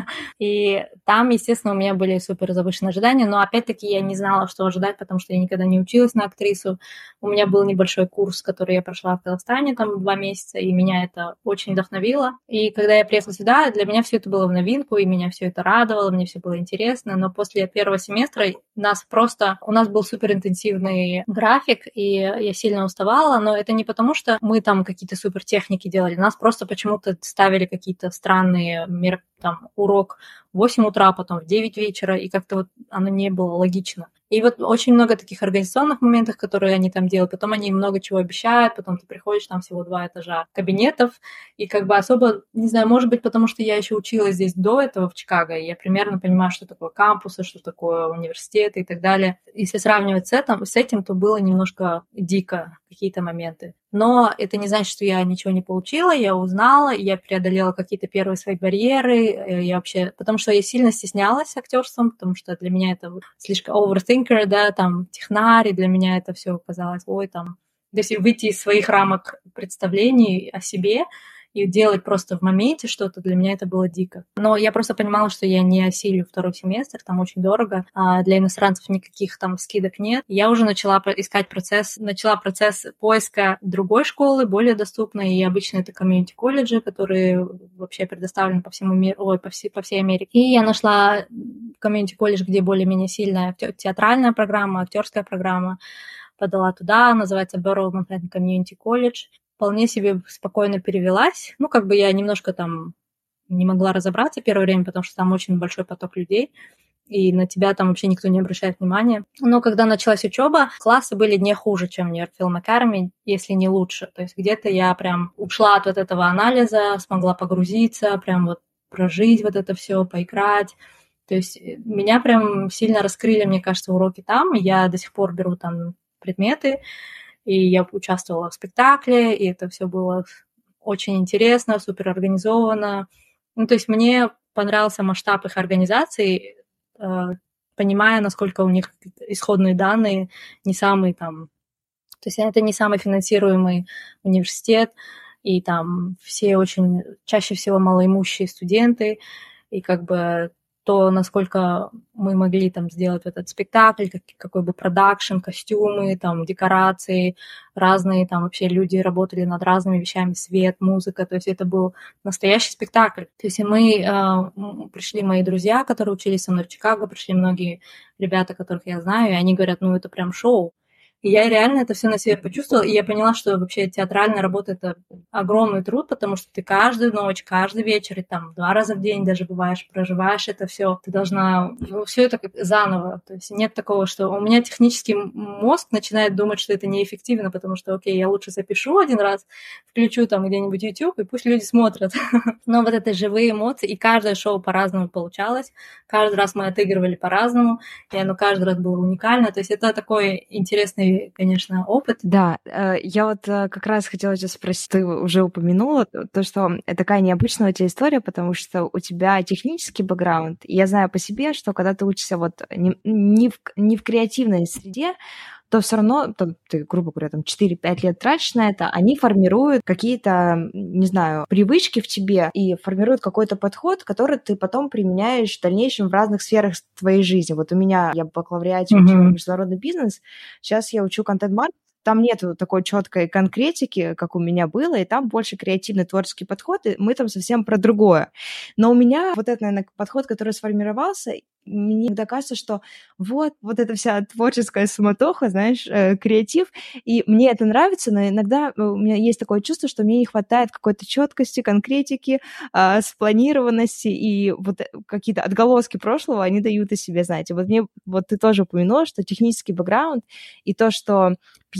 A: И там, естественно, у меня были супер завышенные ожидания, но опять-таки я не знала, что ожидать, потому что я никогда не училась на актрису. У меня был небольшой курс, который я прошла в Казахстане, там 2 месяца, и меня это очень вдохновило. И когда я приехала сюда, для меня все это было в новинку, и меня все это радовало, мне все было интересно. Но после первого семестра у нас был супер интенсивный график, и я сильно уставала, но это не потому, что мы там какие-то супер техники делали, нас просто почему-то ставили какие-то странные там урок в 8 утра, потом в 9 вечера, и как-то вот оно не было логично. И вот очень много таких организационных моментов, которые они там делают. Потом они много чего обещают, потом ты приходишь, там всего 2 этажа кабинетов, и как бы особо, не знаю, может быть, потому что я еще училась здесь до этого в Чикаго, и я примерно понимаю, что такое кампусы, что такое университеты и так далее. Если сравнивать с этим, то было немножко дико какие-то моменты. Но это не значит, что я ничего не получила, я узнала, я преодолела какие-то первые свои барьеры, я вообще... Потому что я сильно стеснялась актерством, потому что для меня это слишком overthinker, да, там, технарь, и для меня это все казалось, ой, там... То есть выйти из своих рамок представлений о себе и делать просто в моменте что-то, для меня это было дико. Но я просто понимала, что я не осилю второй семестр, там очень дорого, а для иностранцев никаких там скидок нет. Я уже начала процесс поиска другой школы, более доступной, и обычно это комьюнити-колледжи, которые вообще предоставлены по всему миру, по всей Америке. И я нашла комьюнити-колледж, где более-менее сильная театральная программа, актерская программа, подала туда, называется Borough Manhattan Community College. Вполне себе спокойно перевелась. Ну, как бы я немножко там не могла разобраться первое время, потому что там очень большой поток людей, и на тебя там вообще никто не обращает внимания. Но когда началась учеба, классы были не хуже, чем в New York Film Academy, если не лучше. То есть где-то я прям ушла от вот этого анализа, смогла погрузиться, прям вот прожить вот это все, поиграть. То есть меня прям сильно раскрыли, мне кажется, уроки там. Я до сих пор беру там предметы, и я участвовала в спектакле, и это все было очень интересно, супер организовано. Ну, то есть мне понравился масштаб их организации, понимая, насколько у них исходные данные не самые там То есть это не самый финансируемый университет, и там все очень, чаще всего малоимущие студенты, и как бы то, насколько мы могли там сделать этот спектакль, какой бы продакшн, костюмы, там, декорации, разные там вообще люди работали над разными вещами, свет, музыка, то есть это был настоящий спектакль. То есть мы пришли мои друзья, которые учились со мной в Чикаго, пришли многие ребята, которых я знаю, и они говорят, ну это прям шоу. И я реально это все на себе почувствовала, и я поняла, что вообще театральная работа — это огромный труд, потому что ты каждую ночь, каждый вечер, и там 2 раза в день даже бываешь, проживаешь это все. Ты должна, ну, все это как заново. То есть нет такого, что у меня технический мозг начинает думать, что это неэффективно, потому что, окей, я лучше запишу один раз, включу там где-нибудь YouTube, и пусть люди смотрят. Но вот это живые эмоции, и каждое шоу по-разному получалось, каждый раз мы отыгрывали по-разному, и оно каждый раз было уникально. То есть это такой интересный, конечно, опыт.
B: Да, я вот как раз хотела тебя спросить, ты уже упомянула то, что такая необычная у тебя история, потому что у тебя технический бэкграунд, и я знаю по себе, что когда ты учишься вот не в креативной среде, то все равно там, ты, грубо говоря, там 4-5 лет тратишь на это, они формируют какие-то, не знаю, привычки в тебе и формируют какой-то подход, который ты потом применяешь в дальнейшем в разных сферах твоей жизни. Вот у меня, я в бакалавриате учила международный бизнес, сейчас я учу контент-маркетинг, там нету такой четкой конкретики, как у меня было, и там больше креативный творческий подход, и мы там совсем про другое. Но у меня вот этот, наверное, подход, который сформировался, мне иногда кажется, что вот эта вся творческая суматоха, знаешь, креатив, и мне это нравится, но иногда у меня есть такое чувство, что мне не хватает какой-то четкости, конкретики, спланированности, и вот какие-то отголоски прошлого, они дают о себе знать. И вот мне, вот ты тоже упомянула, что технический бэкграунд и то, что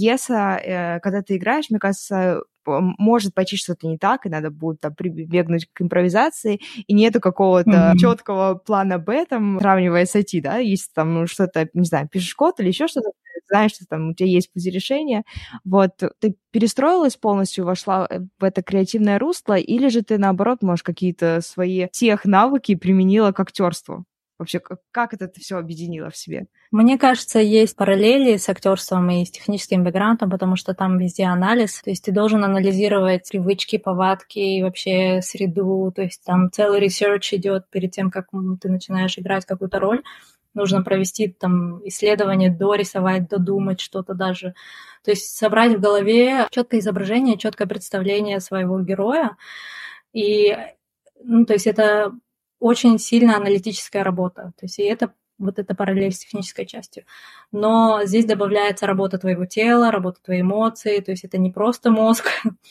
B: пьеса, когда ты играешь, мне кажется, может пойти что-то не так, и надо будет там прибегнуть к импровизации, и нету какого-то четкого плана Б, там, сравнивая с IT, да, если там что-то, не знаю, пишешь код или еще что-то, знаешь, что там у тебя есть пути решения, вот, ты перестроилась полностью, вошла в это креативное русло, или же ты, наоборот, можешь какие-то свои тех-навыки применила к актерству? Вообще, как это ты все объединила в себе?
A: Мне кажется, есть параллели с актерством и с техническим бэкграундом, потому что там везде анализ. То есть ты должен анализировать привычки, повадки и вообще среду. То есть там целый ресерч идет перед тем, как ты начинаешь играть какую-то роль. Нужно провести там исследование, дорисовать, додумать что-то даже. То есть собрать в голове четкое изображение, четкое представление своего героя. И, ну, то есть это очень сильно аналитическая работа. То есть и это вот эта параллель с технической частью. Но здесь добавляется работа твоего тела, работа твоей эмоции, то есть это не просто мозг,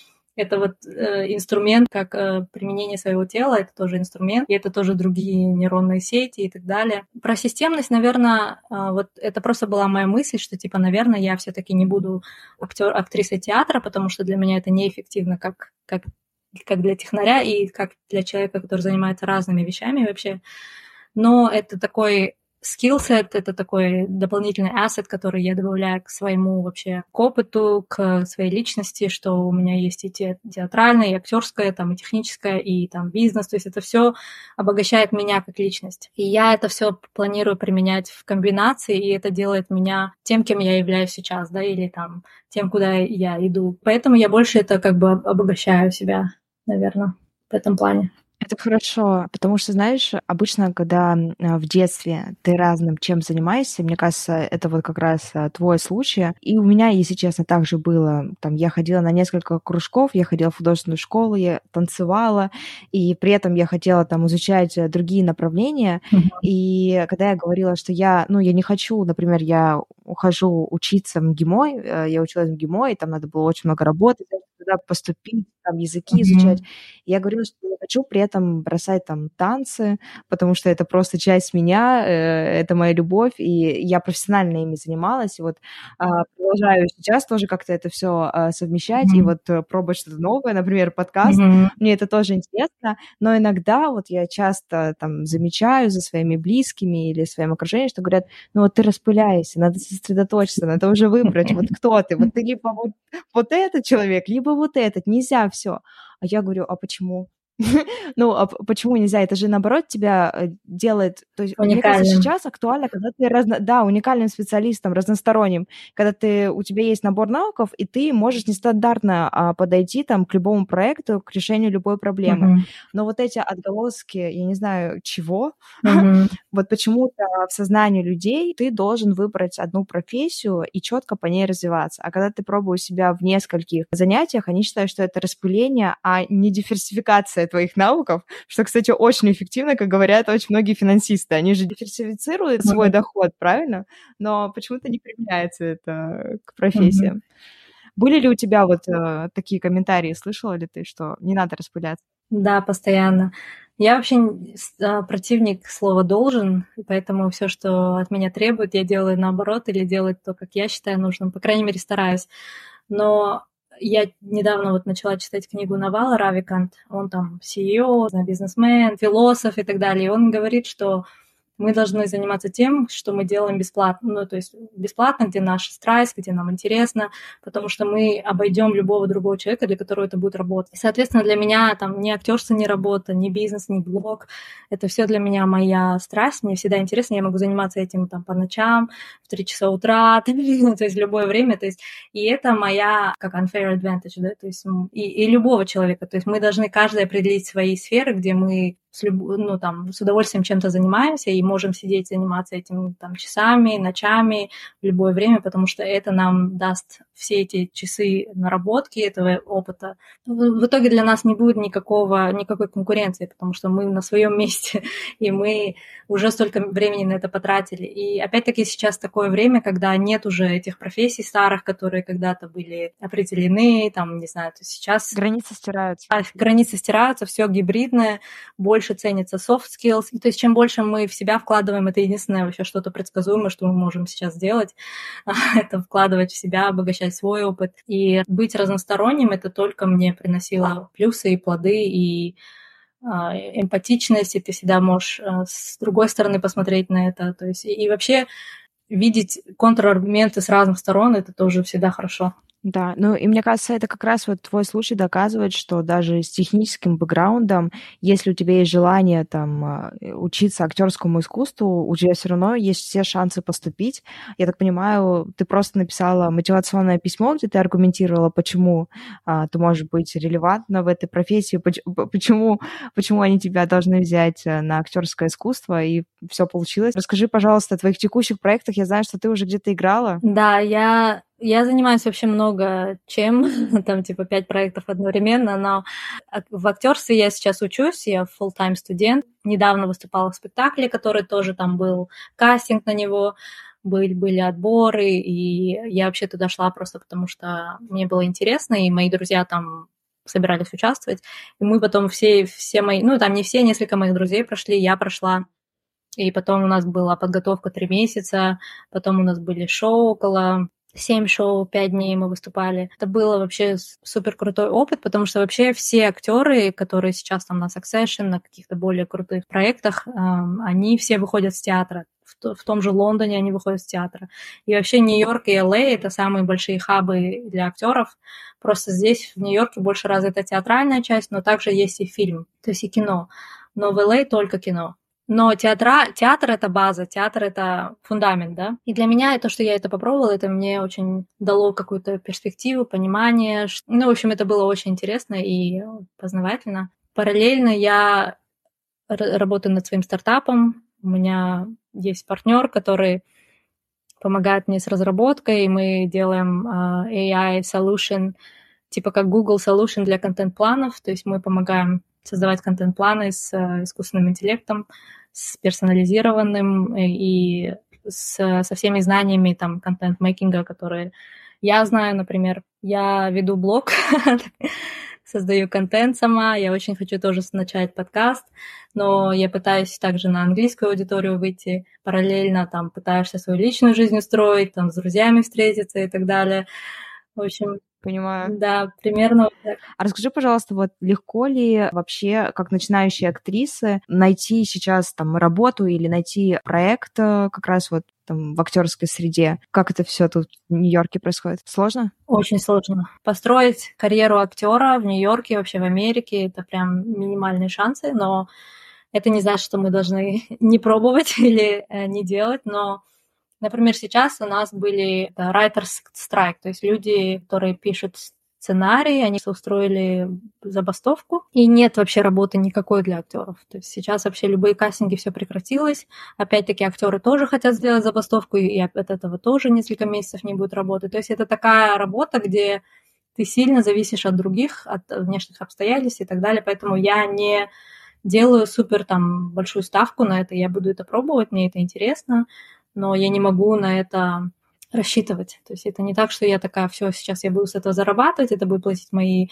A: это вот инструмент, как применение своего тела, это тоже инструмент, и это тоже другие нейронные сети и так далее. Про системность, наверное, вот это просто была моя мысль, что, типа, наверное, я все-таки не буду актрисой театра, потому что для меня это неэффективно, как для технаря и как для человека, который занимается разными вещами вообще. Но это такой скиллсет, это такой дополнительный ассет, который я добавляю к своему вообще к опыту, к своей личности, что у меня есть и театральное, и актерское, там, и техническое, и там бизнес, то есть это все обогащает меня как личность. И я это все планирую применять в комбинации, и это делает меня тем, кем я являюсь сейчас, да, или там тем, куда я иду. Поэтому я больше это как бы обогащаю себя, наверное, в этом плане.
B: Это хорошо, потому что, знаешь, обычно, когда в детстве ты разным чем занимаешься, мне кажется, это вот как раз твой случай. И у меня, если честно, так же было. Там, я ходила на несколько кружков, я ходила в художественную школу, я танцевала, и при этом я хотела там изучать другие направления. И когда я говорила, что я не хочу, например, я ухожу учиться в МГИМО, я училась в МГИМО, и там надо было очень много работать, туда поступить, там языки изучать. И я говорила, что я хочу при этом бросать там танцы, потому что это просто часть меня, это моя любовь, и я профессионально ими занималась, и вот продолжаю сейчас тоже как-то это все совмещать, и вот пробовать что-то новое, например, подкаст, мне это тоже интересно, но иногда вот я часто там замечаю за своими близкими или своим окружением, что говорят, ну вот ты распыляешься, надо сосредоточиться, надо уже выбрать, вот кто ты, вот ты либо вот этот человек, либо вот этот, нельзя все. А я говорю, а почему? Ну, а почему нельзя? Это же, наоборот, тебя делает... То есть, мне кажется,
A: Уникальным.
B: сейчас актуально, когда ты уникальным специалистом, разносторонним, когда у тебя есть набор навыков, и ты можешь нестандартно подойти там к любому проекту, к решению любой проблемы.
A: Мгм.
B: Но вот эти отголоски, я не знаю, чего,
A: Мгм.
B: вот почему-то в сознании людей ты должен выбрать одну профессию и четко по ней развиваться. А когда ты пробуешь себя в нескольких занятиях, они считают, что это распыление, а не диверсификация твоих навыков, что, кстати, очень эффективно, как говорят очень многие финансисты. Они же диверсифицируют свой
A: Мгм.
B: доход, правильно? Но почему-то не применяется это к
A: Мгм.
B: профессиям. Были ли у тебя вот такие комментарии? Слышала ли ты, что не надо распыляться?
A: Да, постоянно. Я вообще противник слова «должен», и поэтому все, что от меня требуют, я делаю наоборот или делаю то, как я считаю нужным. По крайней мере, стараюсь. Но я недавно вот начала читать книгу Навала Равикант. Он там CEO, бизнесмен, философ и так далее. И он говорит, что мы должны заниматься тем, что мы делаем бесплатно. Ну, то есть бесплатно, где наша страсть, где нам интересно, потому что мы обойдем любого другого человека, для которого это будет работа. И, соответственно, для меня там ни актерство, ни работа, ни бизнес, ни блог. Это все для меня моя страсть. Мне всегда интересно, я могу заниматься этим там по ночам, в 3 часа утра, то есть в любое время. То есть, и это моя как unfair advantage, да, то есть и любого человека. То есть мы должны каждый определить свои сферы, где мы ну, там, с удовольствием чем-то занимаемся и можем сидеть, заниматься этим там, часами, ночами, в любое время, потому что это нам даст все эти часы наработки этого опыта. В итоге для нас не будет никакой конкуренции, потому что мы на своем месте, и мы уже столько времени на это потратили. И опять-таки сейчас такое время, когда нет уже этих профессий старых, которые когда-то были определены, там, не знаю, то сейчас
B: Границы стираются.
A: границы стираются, все гибридное, больше ценится soft skills. И, то есть чем больше мы в себя вкладываем, это единственное вообще что-то предсказуемое, что мы можем сейчас сделать, это вкладывать в себя, обогащать свой опыт. И быть разносторонним, это только мне приносило плюсы и плоды, и эмпатичность, и ты всегда можешь с другой стороны посмотреть на это. То есть, и вообще видеть контраргументы с разных сторон, это тоже всегда хорошо.
B: Да, ну и мне кажется, это как раз вот твой случай доказывает, что даже с техническим бэкграундом, если у тебя есть желание там учиться актерскому искусству, у тебя все равно есть все шансы поступить. Я так понимаю, ты просто написала мотивационное письмо, где ты аргументировала, почему ты можешь быть релевантна в этой профессии, почему они тебя должны взять на актерское искусство, и все получилось. Расскажи, пожалуйста, о твоих текущих проектах. Я знаю, что ты уже где-то играла.
A: Да, я занимаюсь вообще много чем, там типа 5 проектов одновременно, но в актерстве я сейчас учусь, я full-time студент. Недавно выступала в спектакле, который тоже там был кастинг на него, были отборы, и я вообще туда шла просто потому, что мне было интересно, и мои друзья там собирались участвовать. И мы потом все мои, ну там не все, несколько моих друзей прошли, я прошла. И потом у нас была подготовка 3 месяца, потом у нас были шоу около 7 шоу, 5 дней мы выступали. Это было вообще супер крутой опыт, потому что вообще все актеры, которые сейчас там на Succession, на каких-то более крутых проектах, они все выходят с театра. В том же Лондоне они выходят с театра. И вообще Нью-Йорк и Л.А. это самые большие хабы для актеров. Просто здесь, в Нью-Йорке, больше развита театральная часть, но также есть и фильм, то есть и кино. Но в Л.А. только кино. Но театр это база, театр это фундамент, да. И для меня то, что я это попробовала, это мне очень дало какую-то перспективу, понимание. Ну, в общем, это было очень интересно и познавательно. Параллельно я работаю над своим стартапом. У меня есть партнер, который помогает мне с разработкой, и мы делаем AI solution, типа как Google Solution для контент-планов, то есть мы помогаем создавать контент-планы с искусственным интеллектом, с персонализированным и со всеми знаниями там контент-мейкинга, которые я знаю, например. Я веду блог, создаю контент сама, я очень хочу тоже начать подкаст, но я пытаюсь также на английскую аудиторию выйти, параллельно там пытаешься свою личную жизнь устроить, там с друзьями встретиться и так далее. В общем,
B: Понимаю.
A: Да, примерно вот так.
B: А расскажи, пожалуйста, вот легко ли вообще, как начинающей актрисы, найти сейчас там работу или найти проект как раз вот там в актерской среде? Как это все тут в Нью-Йорке происходит? Сложно?
A: Очень сложно. Построить карьеру актера в Нью-Йорке, вообще в Америке, это прям минимальные шансы, но это не значит, что мы должны не пробовать или не делать, но, например, сейчас у нас были writers strike, то есть люди, которые пишут сценарий, они устроили забастовку, и нет вообще работы никакой для актеров. То есть сейчас вообще любые кастинги, все прекратилось. Опять-таки актеры тоже хотят сделать забастовку, и от этого тоже несколько месяцев не будет работы. То есть это такая работа, где ты сильно зависишь от других, от внешних обстоятельств и так далее. Поэтому я не делаю супер там большую ставку на это, я буду это пробовать, мне это интересно, но я не могу на это рассчитывать. То есть это не так, что я такая, все, сейчас я буду с этого зарабатывать, это будет платить мои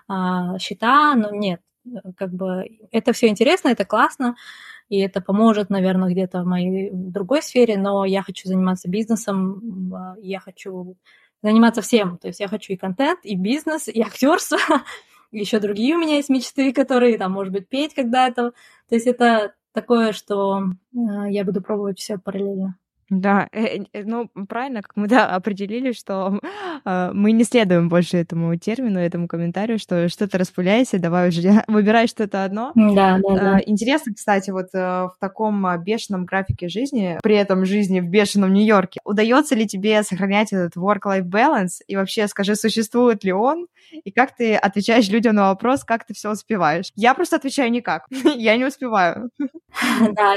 A: счета, но нет, как бы это все интересно, это классно, и это поможет, наверное, где-то в моей в другой сфере, но я хочу заниматься бизнесом, я хочу заниматься всем, то есть я хочу и контент, и бизнес, и актерство, еще другие у меня есть мечты, которые там, может быть, петь когда-то. То есть это такое, что я буду пробовать все параллельно.
B: Да, ну, правильно, как мы, да, определили, что мы не следуем больше этому термину, этому комментарию, что что-то распыляйся, давай уже выбирай что-то одно.
A: Да.
B: Интересно, кстати, вот в таком бешеном графике жизни, при этом жизни в бешеном Нью-Йорке, удается ли тебе сохранять этот work-life balance? И вообще, скажи, существует ли он? И как ты отвечаешь людям на вопрос, как ты все успеваешь? Я просто отвечаю никак. Я не успеваю.
A: Да,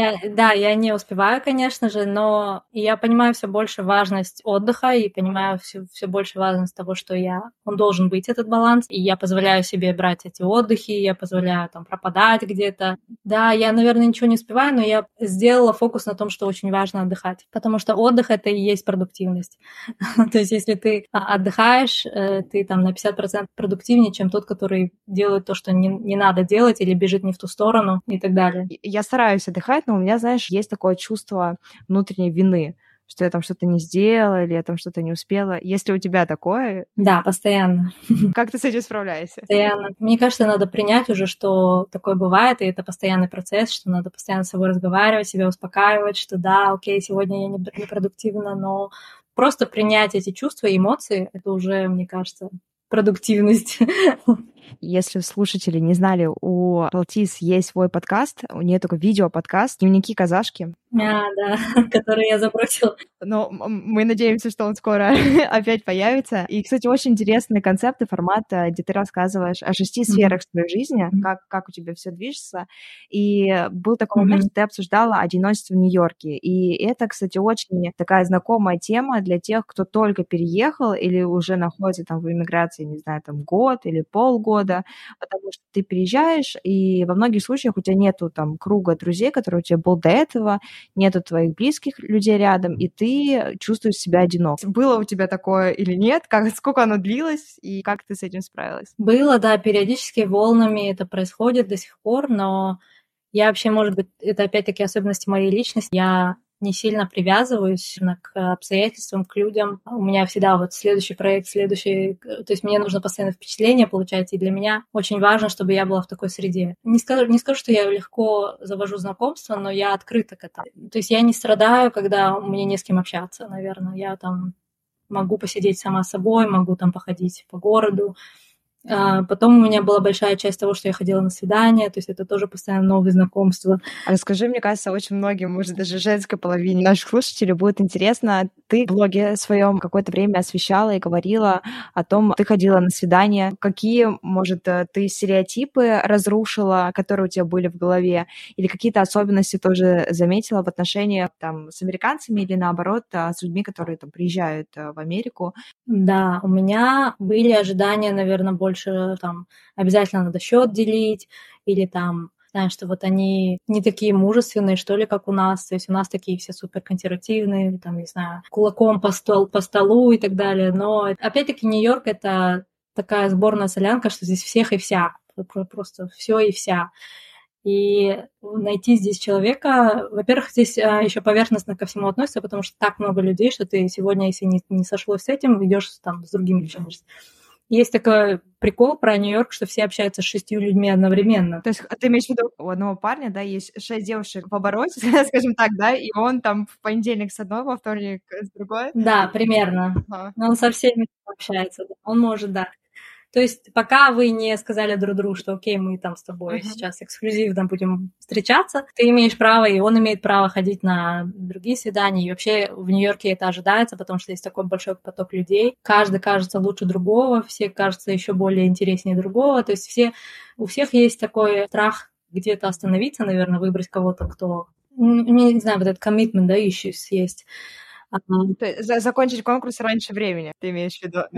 A: я не успеваю, конечно же, но я понимаю все больше важность отдыха и понимаю все больше важность того, что он должен быть, этот баланс, и я позволяю себе брать эти отдыхи, я позволяю там пропадать где-то. Да, я, наверное, ничего не успеваю, но я сделала фокус на том, что очень важно отдыхать, потому что отдых — это и есть продуктивность. То есть если ты отдыхаешь, ты там на 50% продуктивнее, чем тот, который делает то, что не надо делать, или бежит не в ту сторону и так далее.
B: Я стараюсь отдыхать, но у меня, знаешь, есть такое чувство внутренней вины, что я там что-то не сделала или я там что-то не успела. Есть ли у тебя такое?
A: Да, постоянно.
B: Как ты с этим справляешься?
A: Постоянно. Мне кажется, надо принять уже, что такое бывает, и это постоянный процесс, что надо постоянно с собой разговаривать, себя успокаивать, что да, окей, сегодня я не продуктивна, но просто принять эти чувства и эмоции, это уже, мне кажется, продуктивность.
B: Если слушатели не знали, у Алтис есть свой подкаст, у нее такой видео-подкаст «Дневники казашки».
A: Да, который я забросила.
B: Но мы надеемся, что он скоро опять появится. И, кстати, очень интересные концепты, формат, где ты рассказываешь о 6 сферах своей жизни, как у тебя все движется. И был такой момент, что ты обсуждала одиночество в Нью-Йорке. И это, кстати, очень такая знакомая тема для тех, кто только переехал или уже находится там в эмиграции, не знаю, там год или полгода, потому что ты переезжаешь, и во многих случаях у тебя нету там круга друзей, который у тебя был до этого, нету твоих близких людей рядом, и ты чувствуешь себя одинок. Было у тебя такое или нет? Сколько оно длилось, и как ты с этим справилась?
A: Было, да, периодически волнами это происходит до сих пор, но я вообще, может быть, это опять-таки особенности моей личности. Я не сильно привязываюсь к обстоятельствам, к людям. У меня всегда вот следующий проект, то есть мне нужно постоянно впечатление получать, и для меня очень важно, чтобы я была в такой среде. Не скажу, что я легко завожу знакомства, но я открыта к этому. То есть я не страдаю, когда мне не с кем общаться, наверное. Я там могу посидеть сама с собой, могу там походить по городу. Потом у меня была большая часть того, что я ходила на свидания, то есть это тоже постоянно новые знакомства.
B: Расскажи, мне кажется, очень многим, может, даже женской половине наших слушателей будет интересно. Ты в блоге своем какое-то время освещала и говорила о том, ты ходила на свидания. Какие, может, ты стереотипы разрушила, которые у тебя были в голове, или какие-то особенности тоже заметила в отношениях там с американцами или, наоборот, с людьми, которые там приезжают в Америку?
A: Да, у меня были ожидания, наверное, больше там обязательно надо счет делить, или там, знаешь, что вот они не такие мужественные, что ли, как у нас. То есть у нас такие все супер консервативные, там, не знаю, кулаком по столу и так далее. Но опять-таки Нью-Йорк — это такая сборная солянка, что здесь всех и вся. Просто все и вся. И найти здесь человека, во-первых, здесь еще поверхностно ко всему относится, потому что так много людей, что ты сегодня, если не сошлось с этим, идешь там с другими общаешься. Есть такой прикол про Нью-Йорк, что все общаются с 6 людьми одновременно.
B: То есть ты имеешь в виду, у одного парня, да, есть 6 девушек в обороте, скажем так, да, и он там в понедельник с одной, во вторник с другой?
A: Да, примерно. Но он со всеми общается. Он может, да. То есть пока вы не сказали друг другу, что окей, мы там с тобой сейчас эксклюзивно будем встречаться, ты имеешь право, и он имеет право ходить на другие свидания. И вообще в Нью-Йорке это ожидается, потому что есть такой большой поток людей. Каждый кажется лучше другого, все кажутся еще более интереснее другого. То есть у всех есть такой страх где-то остановиться, наверное, выбрать кого-то, кто... Не знаю, вот этот commitment, да, issues есть.
B: Закончить конкурс раньше времени, ты имеешь в виду?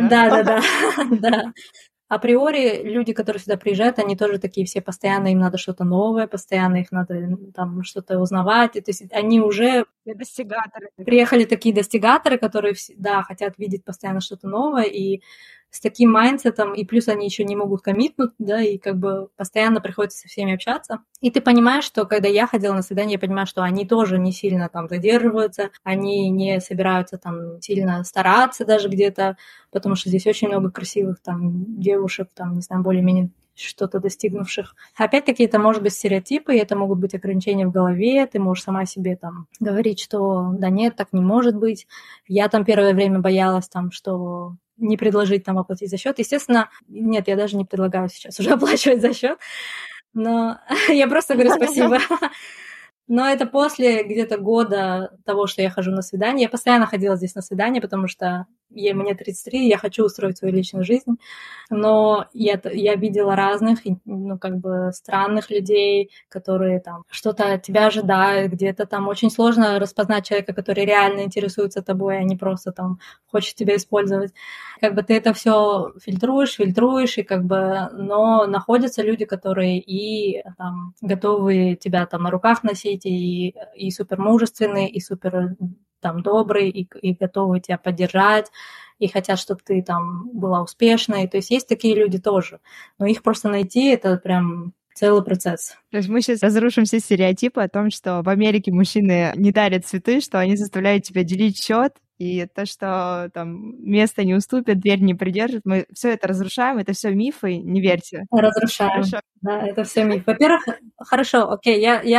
A: Да. Априори люди, которые сюда приезжают, они тоже такие все постоянно, им надо что-то новое, постоянно их надо там что-то узнавать. То есть они уже
B: достигаторы.
A: Приехали такие достигаторы, которые, да, хотят видеть постоянно что-то новое, и с таким майндсетом, и плюс они еще не могут коммитнуть, да, и как бы постоянно приходится со всеми общаться. И ты понимаешь, что когда я ходила на свидание, я понимаю, что они тоже не сильно там задерживаются, они не собираются там сильно стараться даже где-то, потому что здесь очень много красивых там девушек, там, не знаю, более-менее что-то достигнувших. Опять-таки, это может быть стереотипы, это могут быть ограничения в голове, ты можешь сама себе там говорить, что да нет, так не может быть. Я там первое время боялась там, что не предложить там оплатить за счет. Естественно, нет, я даже не предлагаю сейчас уже оплачивать за счет, но я просто говорю спасибо. Но это после где-то года того, что я хожу на свидание. Я постоянно ходила здесь на свидание, потому что мне 33, я хочу устроить свою личную жизнь. Но я видела разных, ну, как бы странных людей, которые там что-то от тебя ожидают, где-то там очень сложно распознать человека, который реально интересуется тобой, а не просто там хочет тебя использовать. Как бы ты это все фильтруешь, и как бы, но находятся люди, которые и там готовы тебя там на руках носить, и супер мужественные, и супер там добрые, и готовы тебя поддержать, и хотят, чтобы ты там была успешной. То есть есть такие люди тоже. Но их просто найти — это прям целый процесс.
B: То есть мы сейчас разрушим все стереотипы о том, что в Америке мужчины не дарят цветы, что они заставляют тебя делить счет, и то, что там место не уступят, дверь не придержит, мы все это разрушаем, это все мифы, не верьте.
A: Разрушаем. Хорошо. Да, это все миф. Во-первых, хорошо, окей,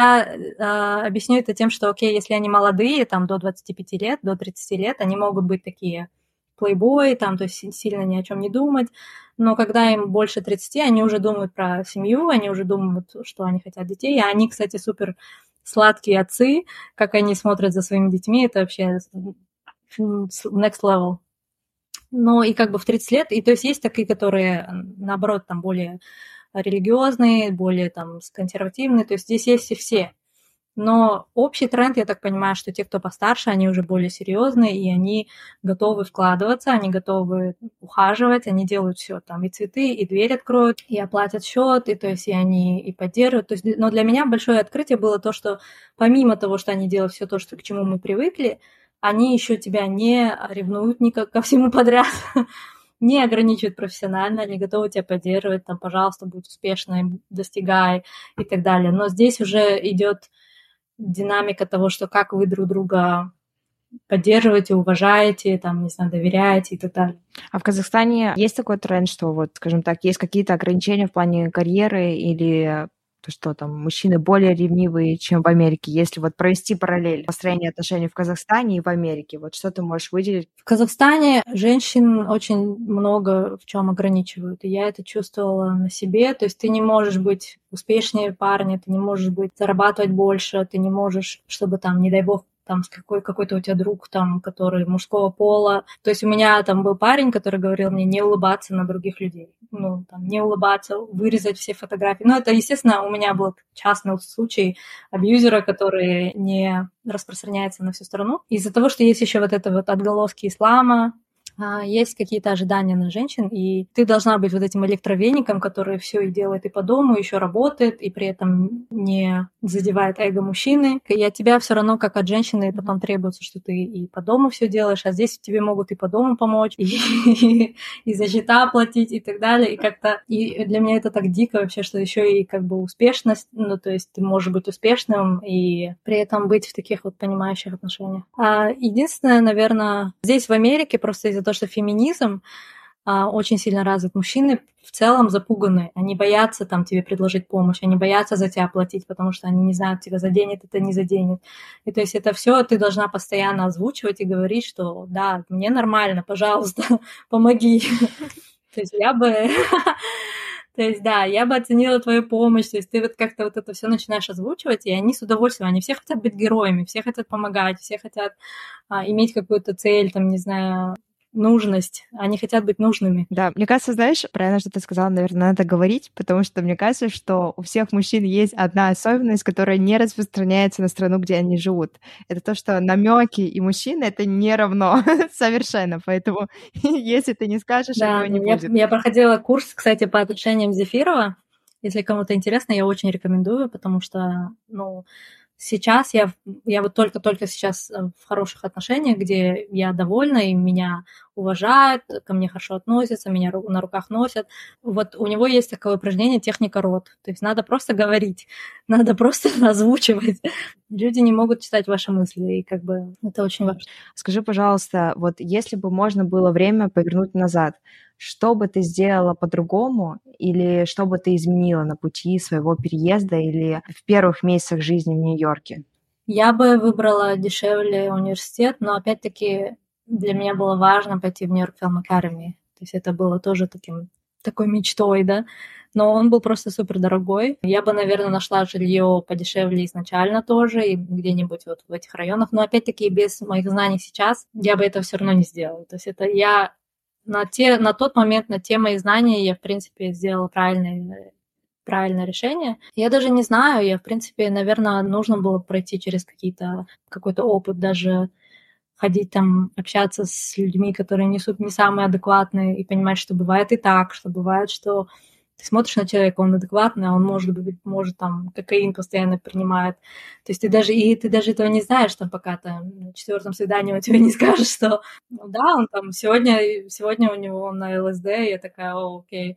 A: я объясню это тем, что, окей, если они молодые, там, до 25 лет, до 30 лет, они могут быть такие плейбой, там, то есть сильно ни о чем не думать, но когда им больше 30, они уже думают про семью, они уже думают, что они хотят детей, а они, кстати, супер сладкие отцы, как они смотрят за своими детьми, это вообще next level. Ну, и как бы в 30 лет, и то есть такие, которые, наоборот, там более религиозные, более там консервативные, то есть здесь есть и все. Но общий тренд, я так понимаю, что те, кто постарше, они уже более серьезные, и они готовы вкладываться, они готовы ухаживать, они делают все там, и цветы, и дверь откроют, и оплатят счет, и то есть и они и поддерживают. То есть, но для меня большое открытие было то, что помимо того, что они делают все то, что, к чему мы привыкли, они еще тебя не ревнуют никак ко всему подряд, не ограничивают профессионально, они готовы тебя поддерживать, там, пожалуйста, будь успешной, достигай и так далее. Но здесь уже идет динамика того, что как вы друг друга поддерживаете, уважаете, там, не знаю, доверяете и так далее.
B: А в Казахстане есть такой тренд, что вот, скажем так, есть какие-то ограничения в плане карьеры или то, что там мужчины более ревнивые, чем в Америке, если вот провести параллель построения отношений в Казахстане и в Америке, вот что ты можешь выделить?
A: В Казахстане женщин очень много в чем ограничивают, и я это чувствовала на себе, то есть ты не можешь быть успешнее парня, ты не можешь зарабатывать больше, ты не можешь, чтобы там, не дай бог, там какой-то у тебя друг, там, который мужского пола. То есть у меня там был парень, который говорил мне не улыбаться на других людей. Ну, там, не улыбаться, вырезать все фотографии. Ну, это, естественно, у меня был частный случай абьюзера, который не распространяется на всю страну. Из-за того, что есть еще вот это вот отголоски ислама, есть какие-то ожидания на женщин, и ты должна быть вот этим электровеником, который все и делает и по дому, еще работает, и при этом не задевает эго мужчины. И от тебя все равно, как от женщины, потом требуется, что ты и по дому все делаешь, а здесь тебе могут и по дому помочь, и за счета платить, и так далее. И как-то и для меня это так дико вообще, что еще и как бы успешность, ну, то есть ты можешь быть успешным и при этом быть в таких вот понимающих отношениях. Единственное, наверное, здесь в Америке просто из-за того, что феминизм очень сильно развит, мужчины в целом запуганы. Они боятся там тебе предложить помощь, они боятся за тебя платить, потому что они не знают, тебя заденет это, не заденет. И то есть это все ты должна постоянно озвучивать и говорить, что да, мне нормально, пожалуйста, помоги. То есть я бы... То есть, да, я бы оценила твою помощь, то есть ты вот как-то вот это все начинаешь озвучивать, и они с удовольствием, они все хотят быть героями, все хотят помогать, все хотят иметь какую-то цель, там, не знаю, нужность, они хотят быть нужными.
B: Да, мне кажется, знаешь, правильно, что ты сказала, наверное, надо говорить, потому что мне кажется, что у всех мужчин есть одна особенность, которая не распространяется на страну, где они живут. Это то, что намеки и мужчины — это не равно совершенно, поэтому если ты не скажешь,
A: Да,
B: этого не будет.
A: я проходила курс, кстати, по отношениям Зефирова. Если кому-то интересно, я очень рекомендую, потому что, ну, сейчас я вот только сейчас в хороших отношениях, где я довольна, и меня уважают, ко мне хорошо относятся, меня на руках носят. Вот у него есть такое упражнение техника рот. То есть надо просто говорить, надо просто озвучивать. Люди не могут читать ваши мысли, и как бы это очень важно.
B: Скажи, пожалуйста, вот если бы можно было время повернуть назад, что бы ты сделала по-другому или что бы ты изменила на пути своего переезда или в первых месяцах жизни в Нью-Йорке?
A: Я бы выбрала дешевле университет, но опять-таки для меня было важно пойти в Нью-Йорк Film Academy. То есть это было тоже такой мечтой, да. Но он был просто супер дорогой. Я бы, наверное, нашла жилье подешевле изначально тоже, и где-нибудь вот в этих районах. Но опять-таки без моих знаний сейчас я бы это все равно не сделала. То есть это я на тот момент, на те мои знания я, в принципе, сделала правильное решение. Я даже не знаю, я, в принципе, наверное, нужно было пройти через какой-то опыт, даже ходить там, общаться с людьми, которые несут не самые адекватные, и понимать, что бывает и так, что бывает, что ты смотришь на человека, он адекватный, а он может там кокаин постоянно принимает. То есть ты даже этого не знаешь, там, пока там на 4-м свидании он тебе не скажет, что ну, да, он там сегодня у него на ЛСД, и я такая, окей.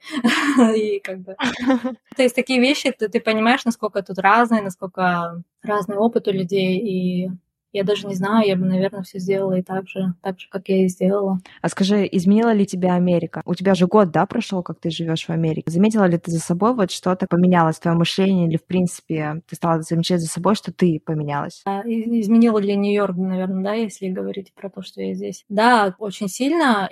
A: И как бы... То есть такие вещи, ты понимаешь, насколько тут насколько разный опыт у людей, и я даже не знаю, я бы, наверное, все сделала и так же, как я и сделала.
B: А скажи, изменила ли тебя Америка? У тебя же год, да, прошел, как ты живешь в Америке. Заметила ли ты за собой вот что-то поменялось в твоем мышлении или, в принципе, ты стала замечать за собой, что ты поменялась?
A: Изменила ли Нью-Йорк, наверное, да, если говорить про то, что я здесь? Да, очень сильно.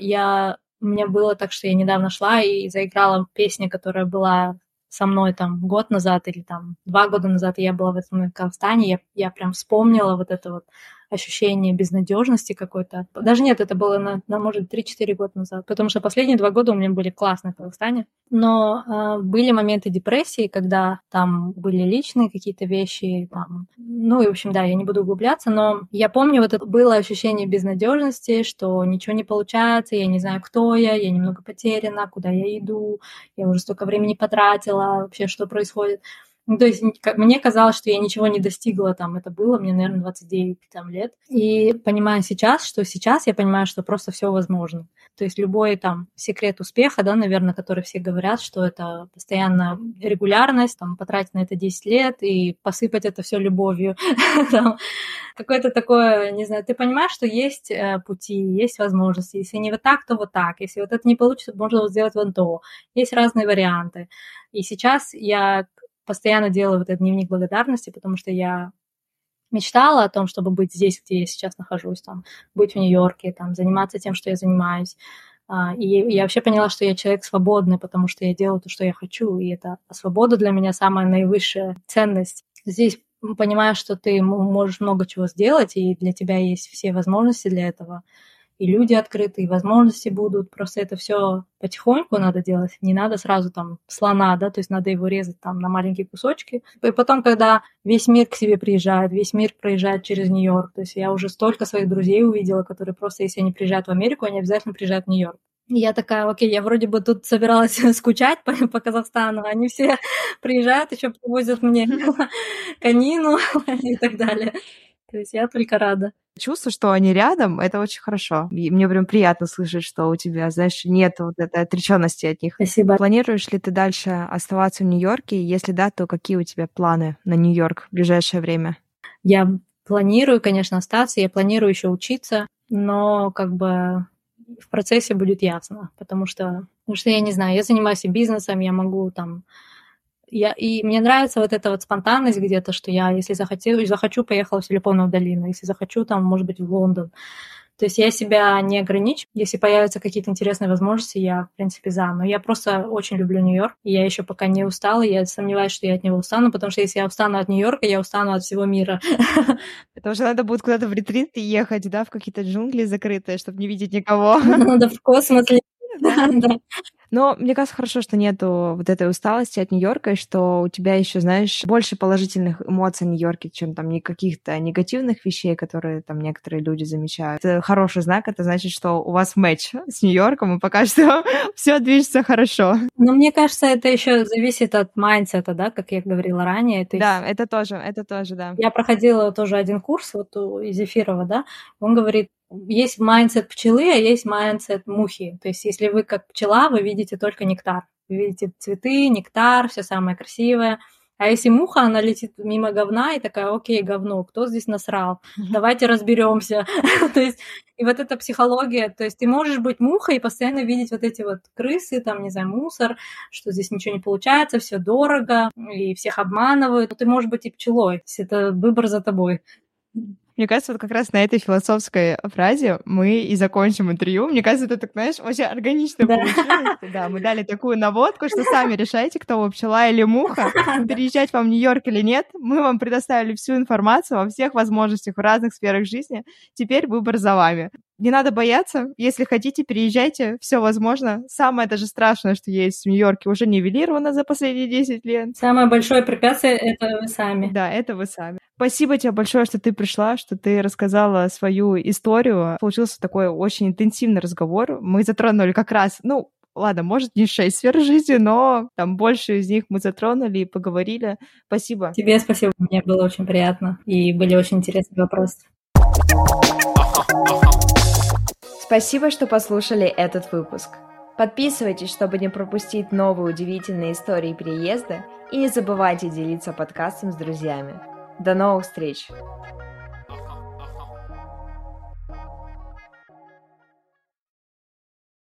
A: У меня было так, что я недавно шла и заиграла песню, которая была со мной там год назад или там 2 года назад, и я была в этом Казахстане, я прям вспомнила вот это вот ощущение безнадежности какой-то. Даже нет, это было, может, 3-4 года назад, потому что последние 2 года у меня были классные в Казахстане. Но были моменты депрессии, когда там были личные какие-то вещи, там, ну и, в общем, да, я не буду углубляться, но я помню, вот это было ощущение безнадежности, что ничего не получается, я не знаю, кто я немного потеряна, куда я иду, я уже столько времени потратила, вообще, что происходит. Ну, то есть мне казалось, что я ничего не достигла, там, это было мне, наверное, 29 там, лет. И понимая сейчас, я понимаю, что просто все возможно. То есть любой там секрет успеха, да, наверное, который все говорят, что это постоянно регулярность, там, потратить на это 10 лет и посыпать это все любовью. Какое-то такое, не знаю, ты понимаешь, что есть пути, есть возможности. Если не вот так, то вот так. Если вот это не получится, можно вот сделать вон то. Есть разные варианты. И сейчас я постоянно делаю вот этот дневник благодарности, потому что я мечтала о том, чтобы быть здесь, где я сейчас нахожусь, там, быть в Нью-Йорке, там, заниматься тем, что я занимаюсь. И я вообще поняла, что я человек свободный, потому что я делаю то, что я хочу, и это свобода для меня самая наивысшая ценность. Здесь понимаешь, что ты можешь много чего сделать, и для тебя есть все возможности для этого. и люди открыты, и возможности будут. Просто это все потихоньку надо делать. Не надо сразу там слона, да, то есть надо его резать там на маленькие кусочки. И потом, когда весь мир к себе приезжает, весь мир проезжает через Нью-Йорк. То есть я уже столько своих друзей увидела, которые просто, если они приезжают в Америку, они обязательно приезжают в Нью-Йорк. И я такая, окей, я вроде бы тут собиралась скучать по Казахстану, они все приезжают, еще привозят мне конину и так далее. То есть я только рада.
B: Чувство, что они рядом, это очень хорошо. И мне прям приятно слышать, что у тебя, знаешь, нет вот этой отреченности от них.
A: Спасибо.
B: Планируешь ли ты дальше оставаться в Нью-Йорке? Если да, то какие у тебя планы на Нью-Йорк в ближайшее время?
A: Я планирую, конечно, остаться, я планирую еще учиться, но как бы в процессе будет ясно, потому что я не знаю, я занимаюсь и бизнесом, я могу там... И мне нравится вот эта вот спонтанность где-то, что я, если захочу, поехала в Силиконовую долину, если захочу, там, может быть, в Лондон. То есть я себя не ограничу. Если появятся какие-то интересные возможности, я, в принципе, за. Но я просто очень люблю Нью-Йорк, и я еще пока не устала, я сомневаюсь, что я от него устану, потому что если я устану от Нью-Йорка, я устану от всего мира.
B: Потому что надо будет куда-то в ретрит ехать, да, в какие-то джунгли закрытые, чтобы не видеть никого.
A: Надо в космос лететь. Да.
B: Но мне кажется, хорошо, что нету вот этой усталости от Нью-Йорка, и что у тебя еще, знаешь, больше положительных эмоций в Нью-Йорке, чем там каких-то негативных вещей, которые там некоторые люди замечают. Это хороший знак, это значит, что у вас матч с Нью-Йорком, и пока что все движется хорошо.
A: Но мне кажется, это еще зависит от майндсета, да, как я говорила ранее. То есть
B: Да, это тоже, да.
A: я проходила тоже один курс вот из Зефирова, да, он говорит, есть майндсет пчелы, а есть майндсет мухи. То есть если вы как пчела, вы видите только нектар. Вы видите цветы, нектар, все самое красивое. А если муха, она летит мимо говна и такая, окей, говно, кто здесь насрал? Давайте разберемся. То есть, и вот эта психология, то есть ты можешь быть мухой и постоянно видеть вот эти вот крысы, там, не знаю, мусор, что здесь ничего не получается, все дорого, и всех обманывают. Но ты можешь быть и пчелой, то есть это выбор за тобой.
B: Мне кажется, вот как раз на этой философской фразе мы и закончим интервью. Мне кажется, это, так, знаешь, очень органично получилось. Да, мы дали такую наводку, что сами решайте, кто вы, пчела или муха, переезжать вам в Нью-Йорк или нет. Мы вам предоставили всю информацию о всех возможностях в разных сферах жизни. Теперь выбор за вами. Не надо бояться. Если хотите, переезжайте. Все возможно. Самое даже страшное, что есть в Нью-Йорке, уже нивелировано за последние 10 лет.
A: Самое большое препятствие — это вы сами.
B: Да, это вы сами. Спасибо тебе большое, что ты пришла, что ты рассказала свою историю. Получился такой очень интенсивный разговор. Мы затронули как раз, ладно, может, не 6 сфер жизни, но там больше из них мы затронули и поговорили. Спасибо.
A: Тебе спасибо, мне было очень приятно, и были очень интересные вопросы.
C: Спасибо, что послушали этот выпуск. Подписывайтесь, чтобы не пропустить новые удивительные истории переезда, и не забывайте делиться подкастом с друзьями. До новых встреч!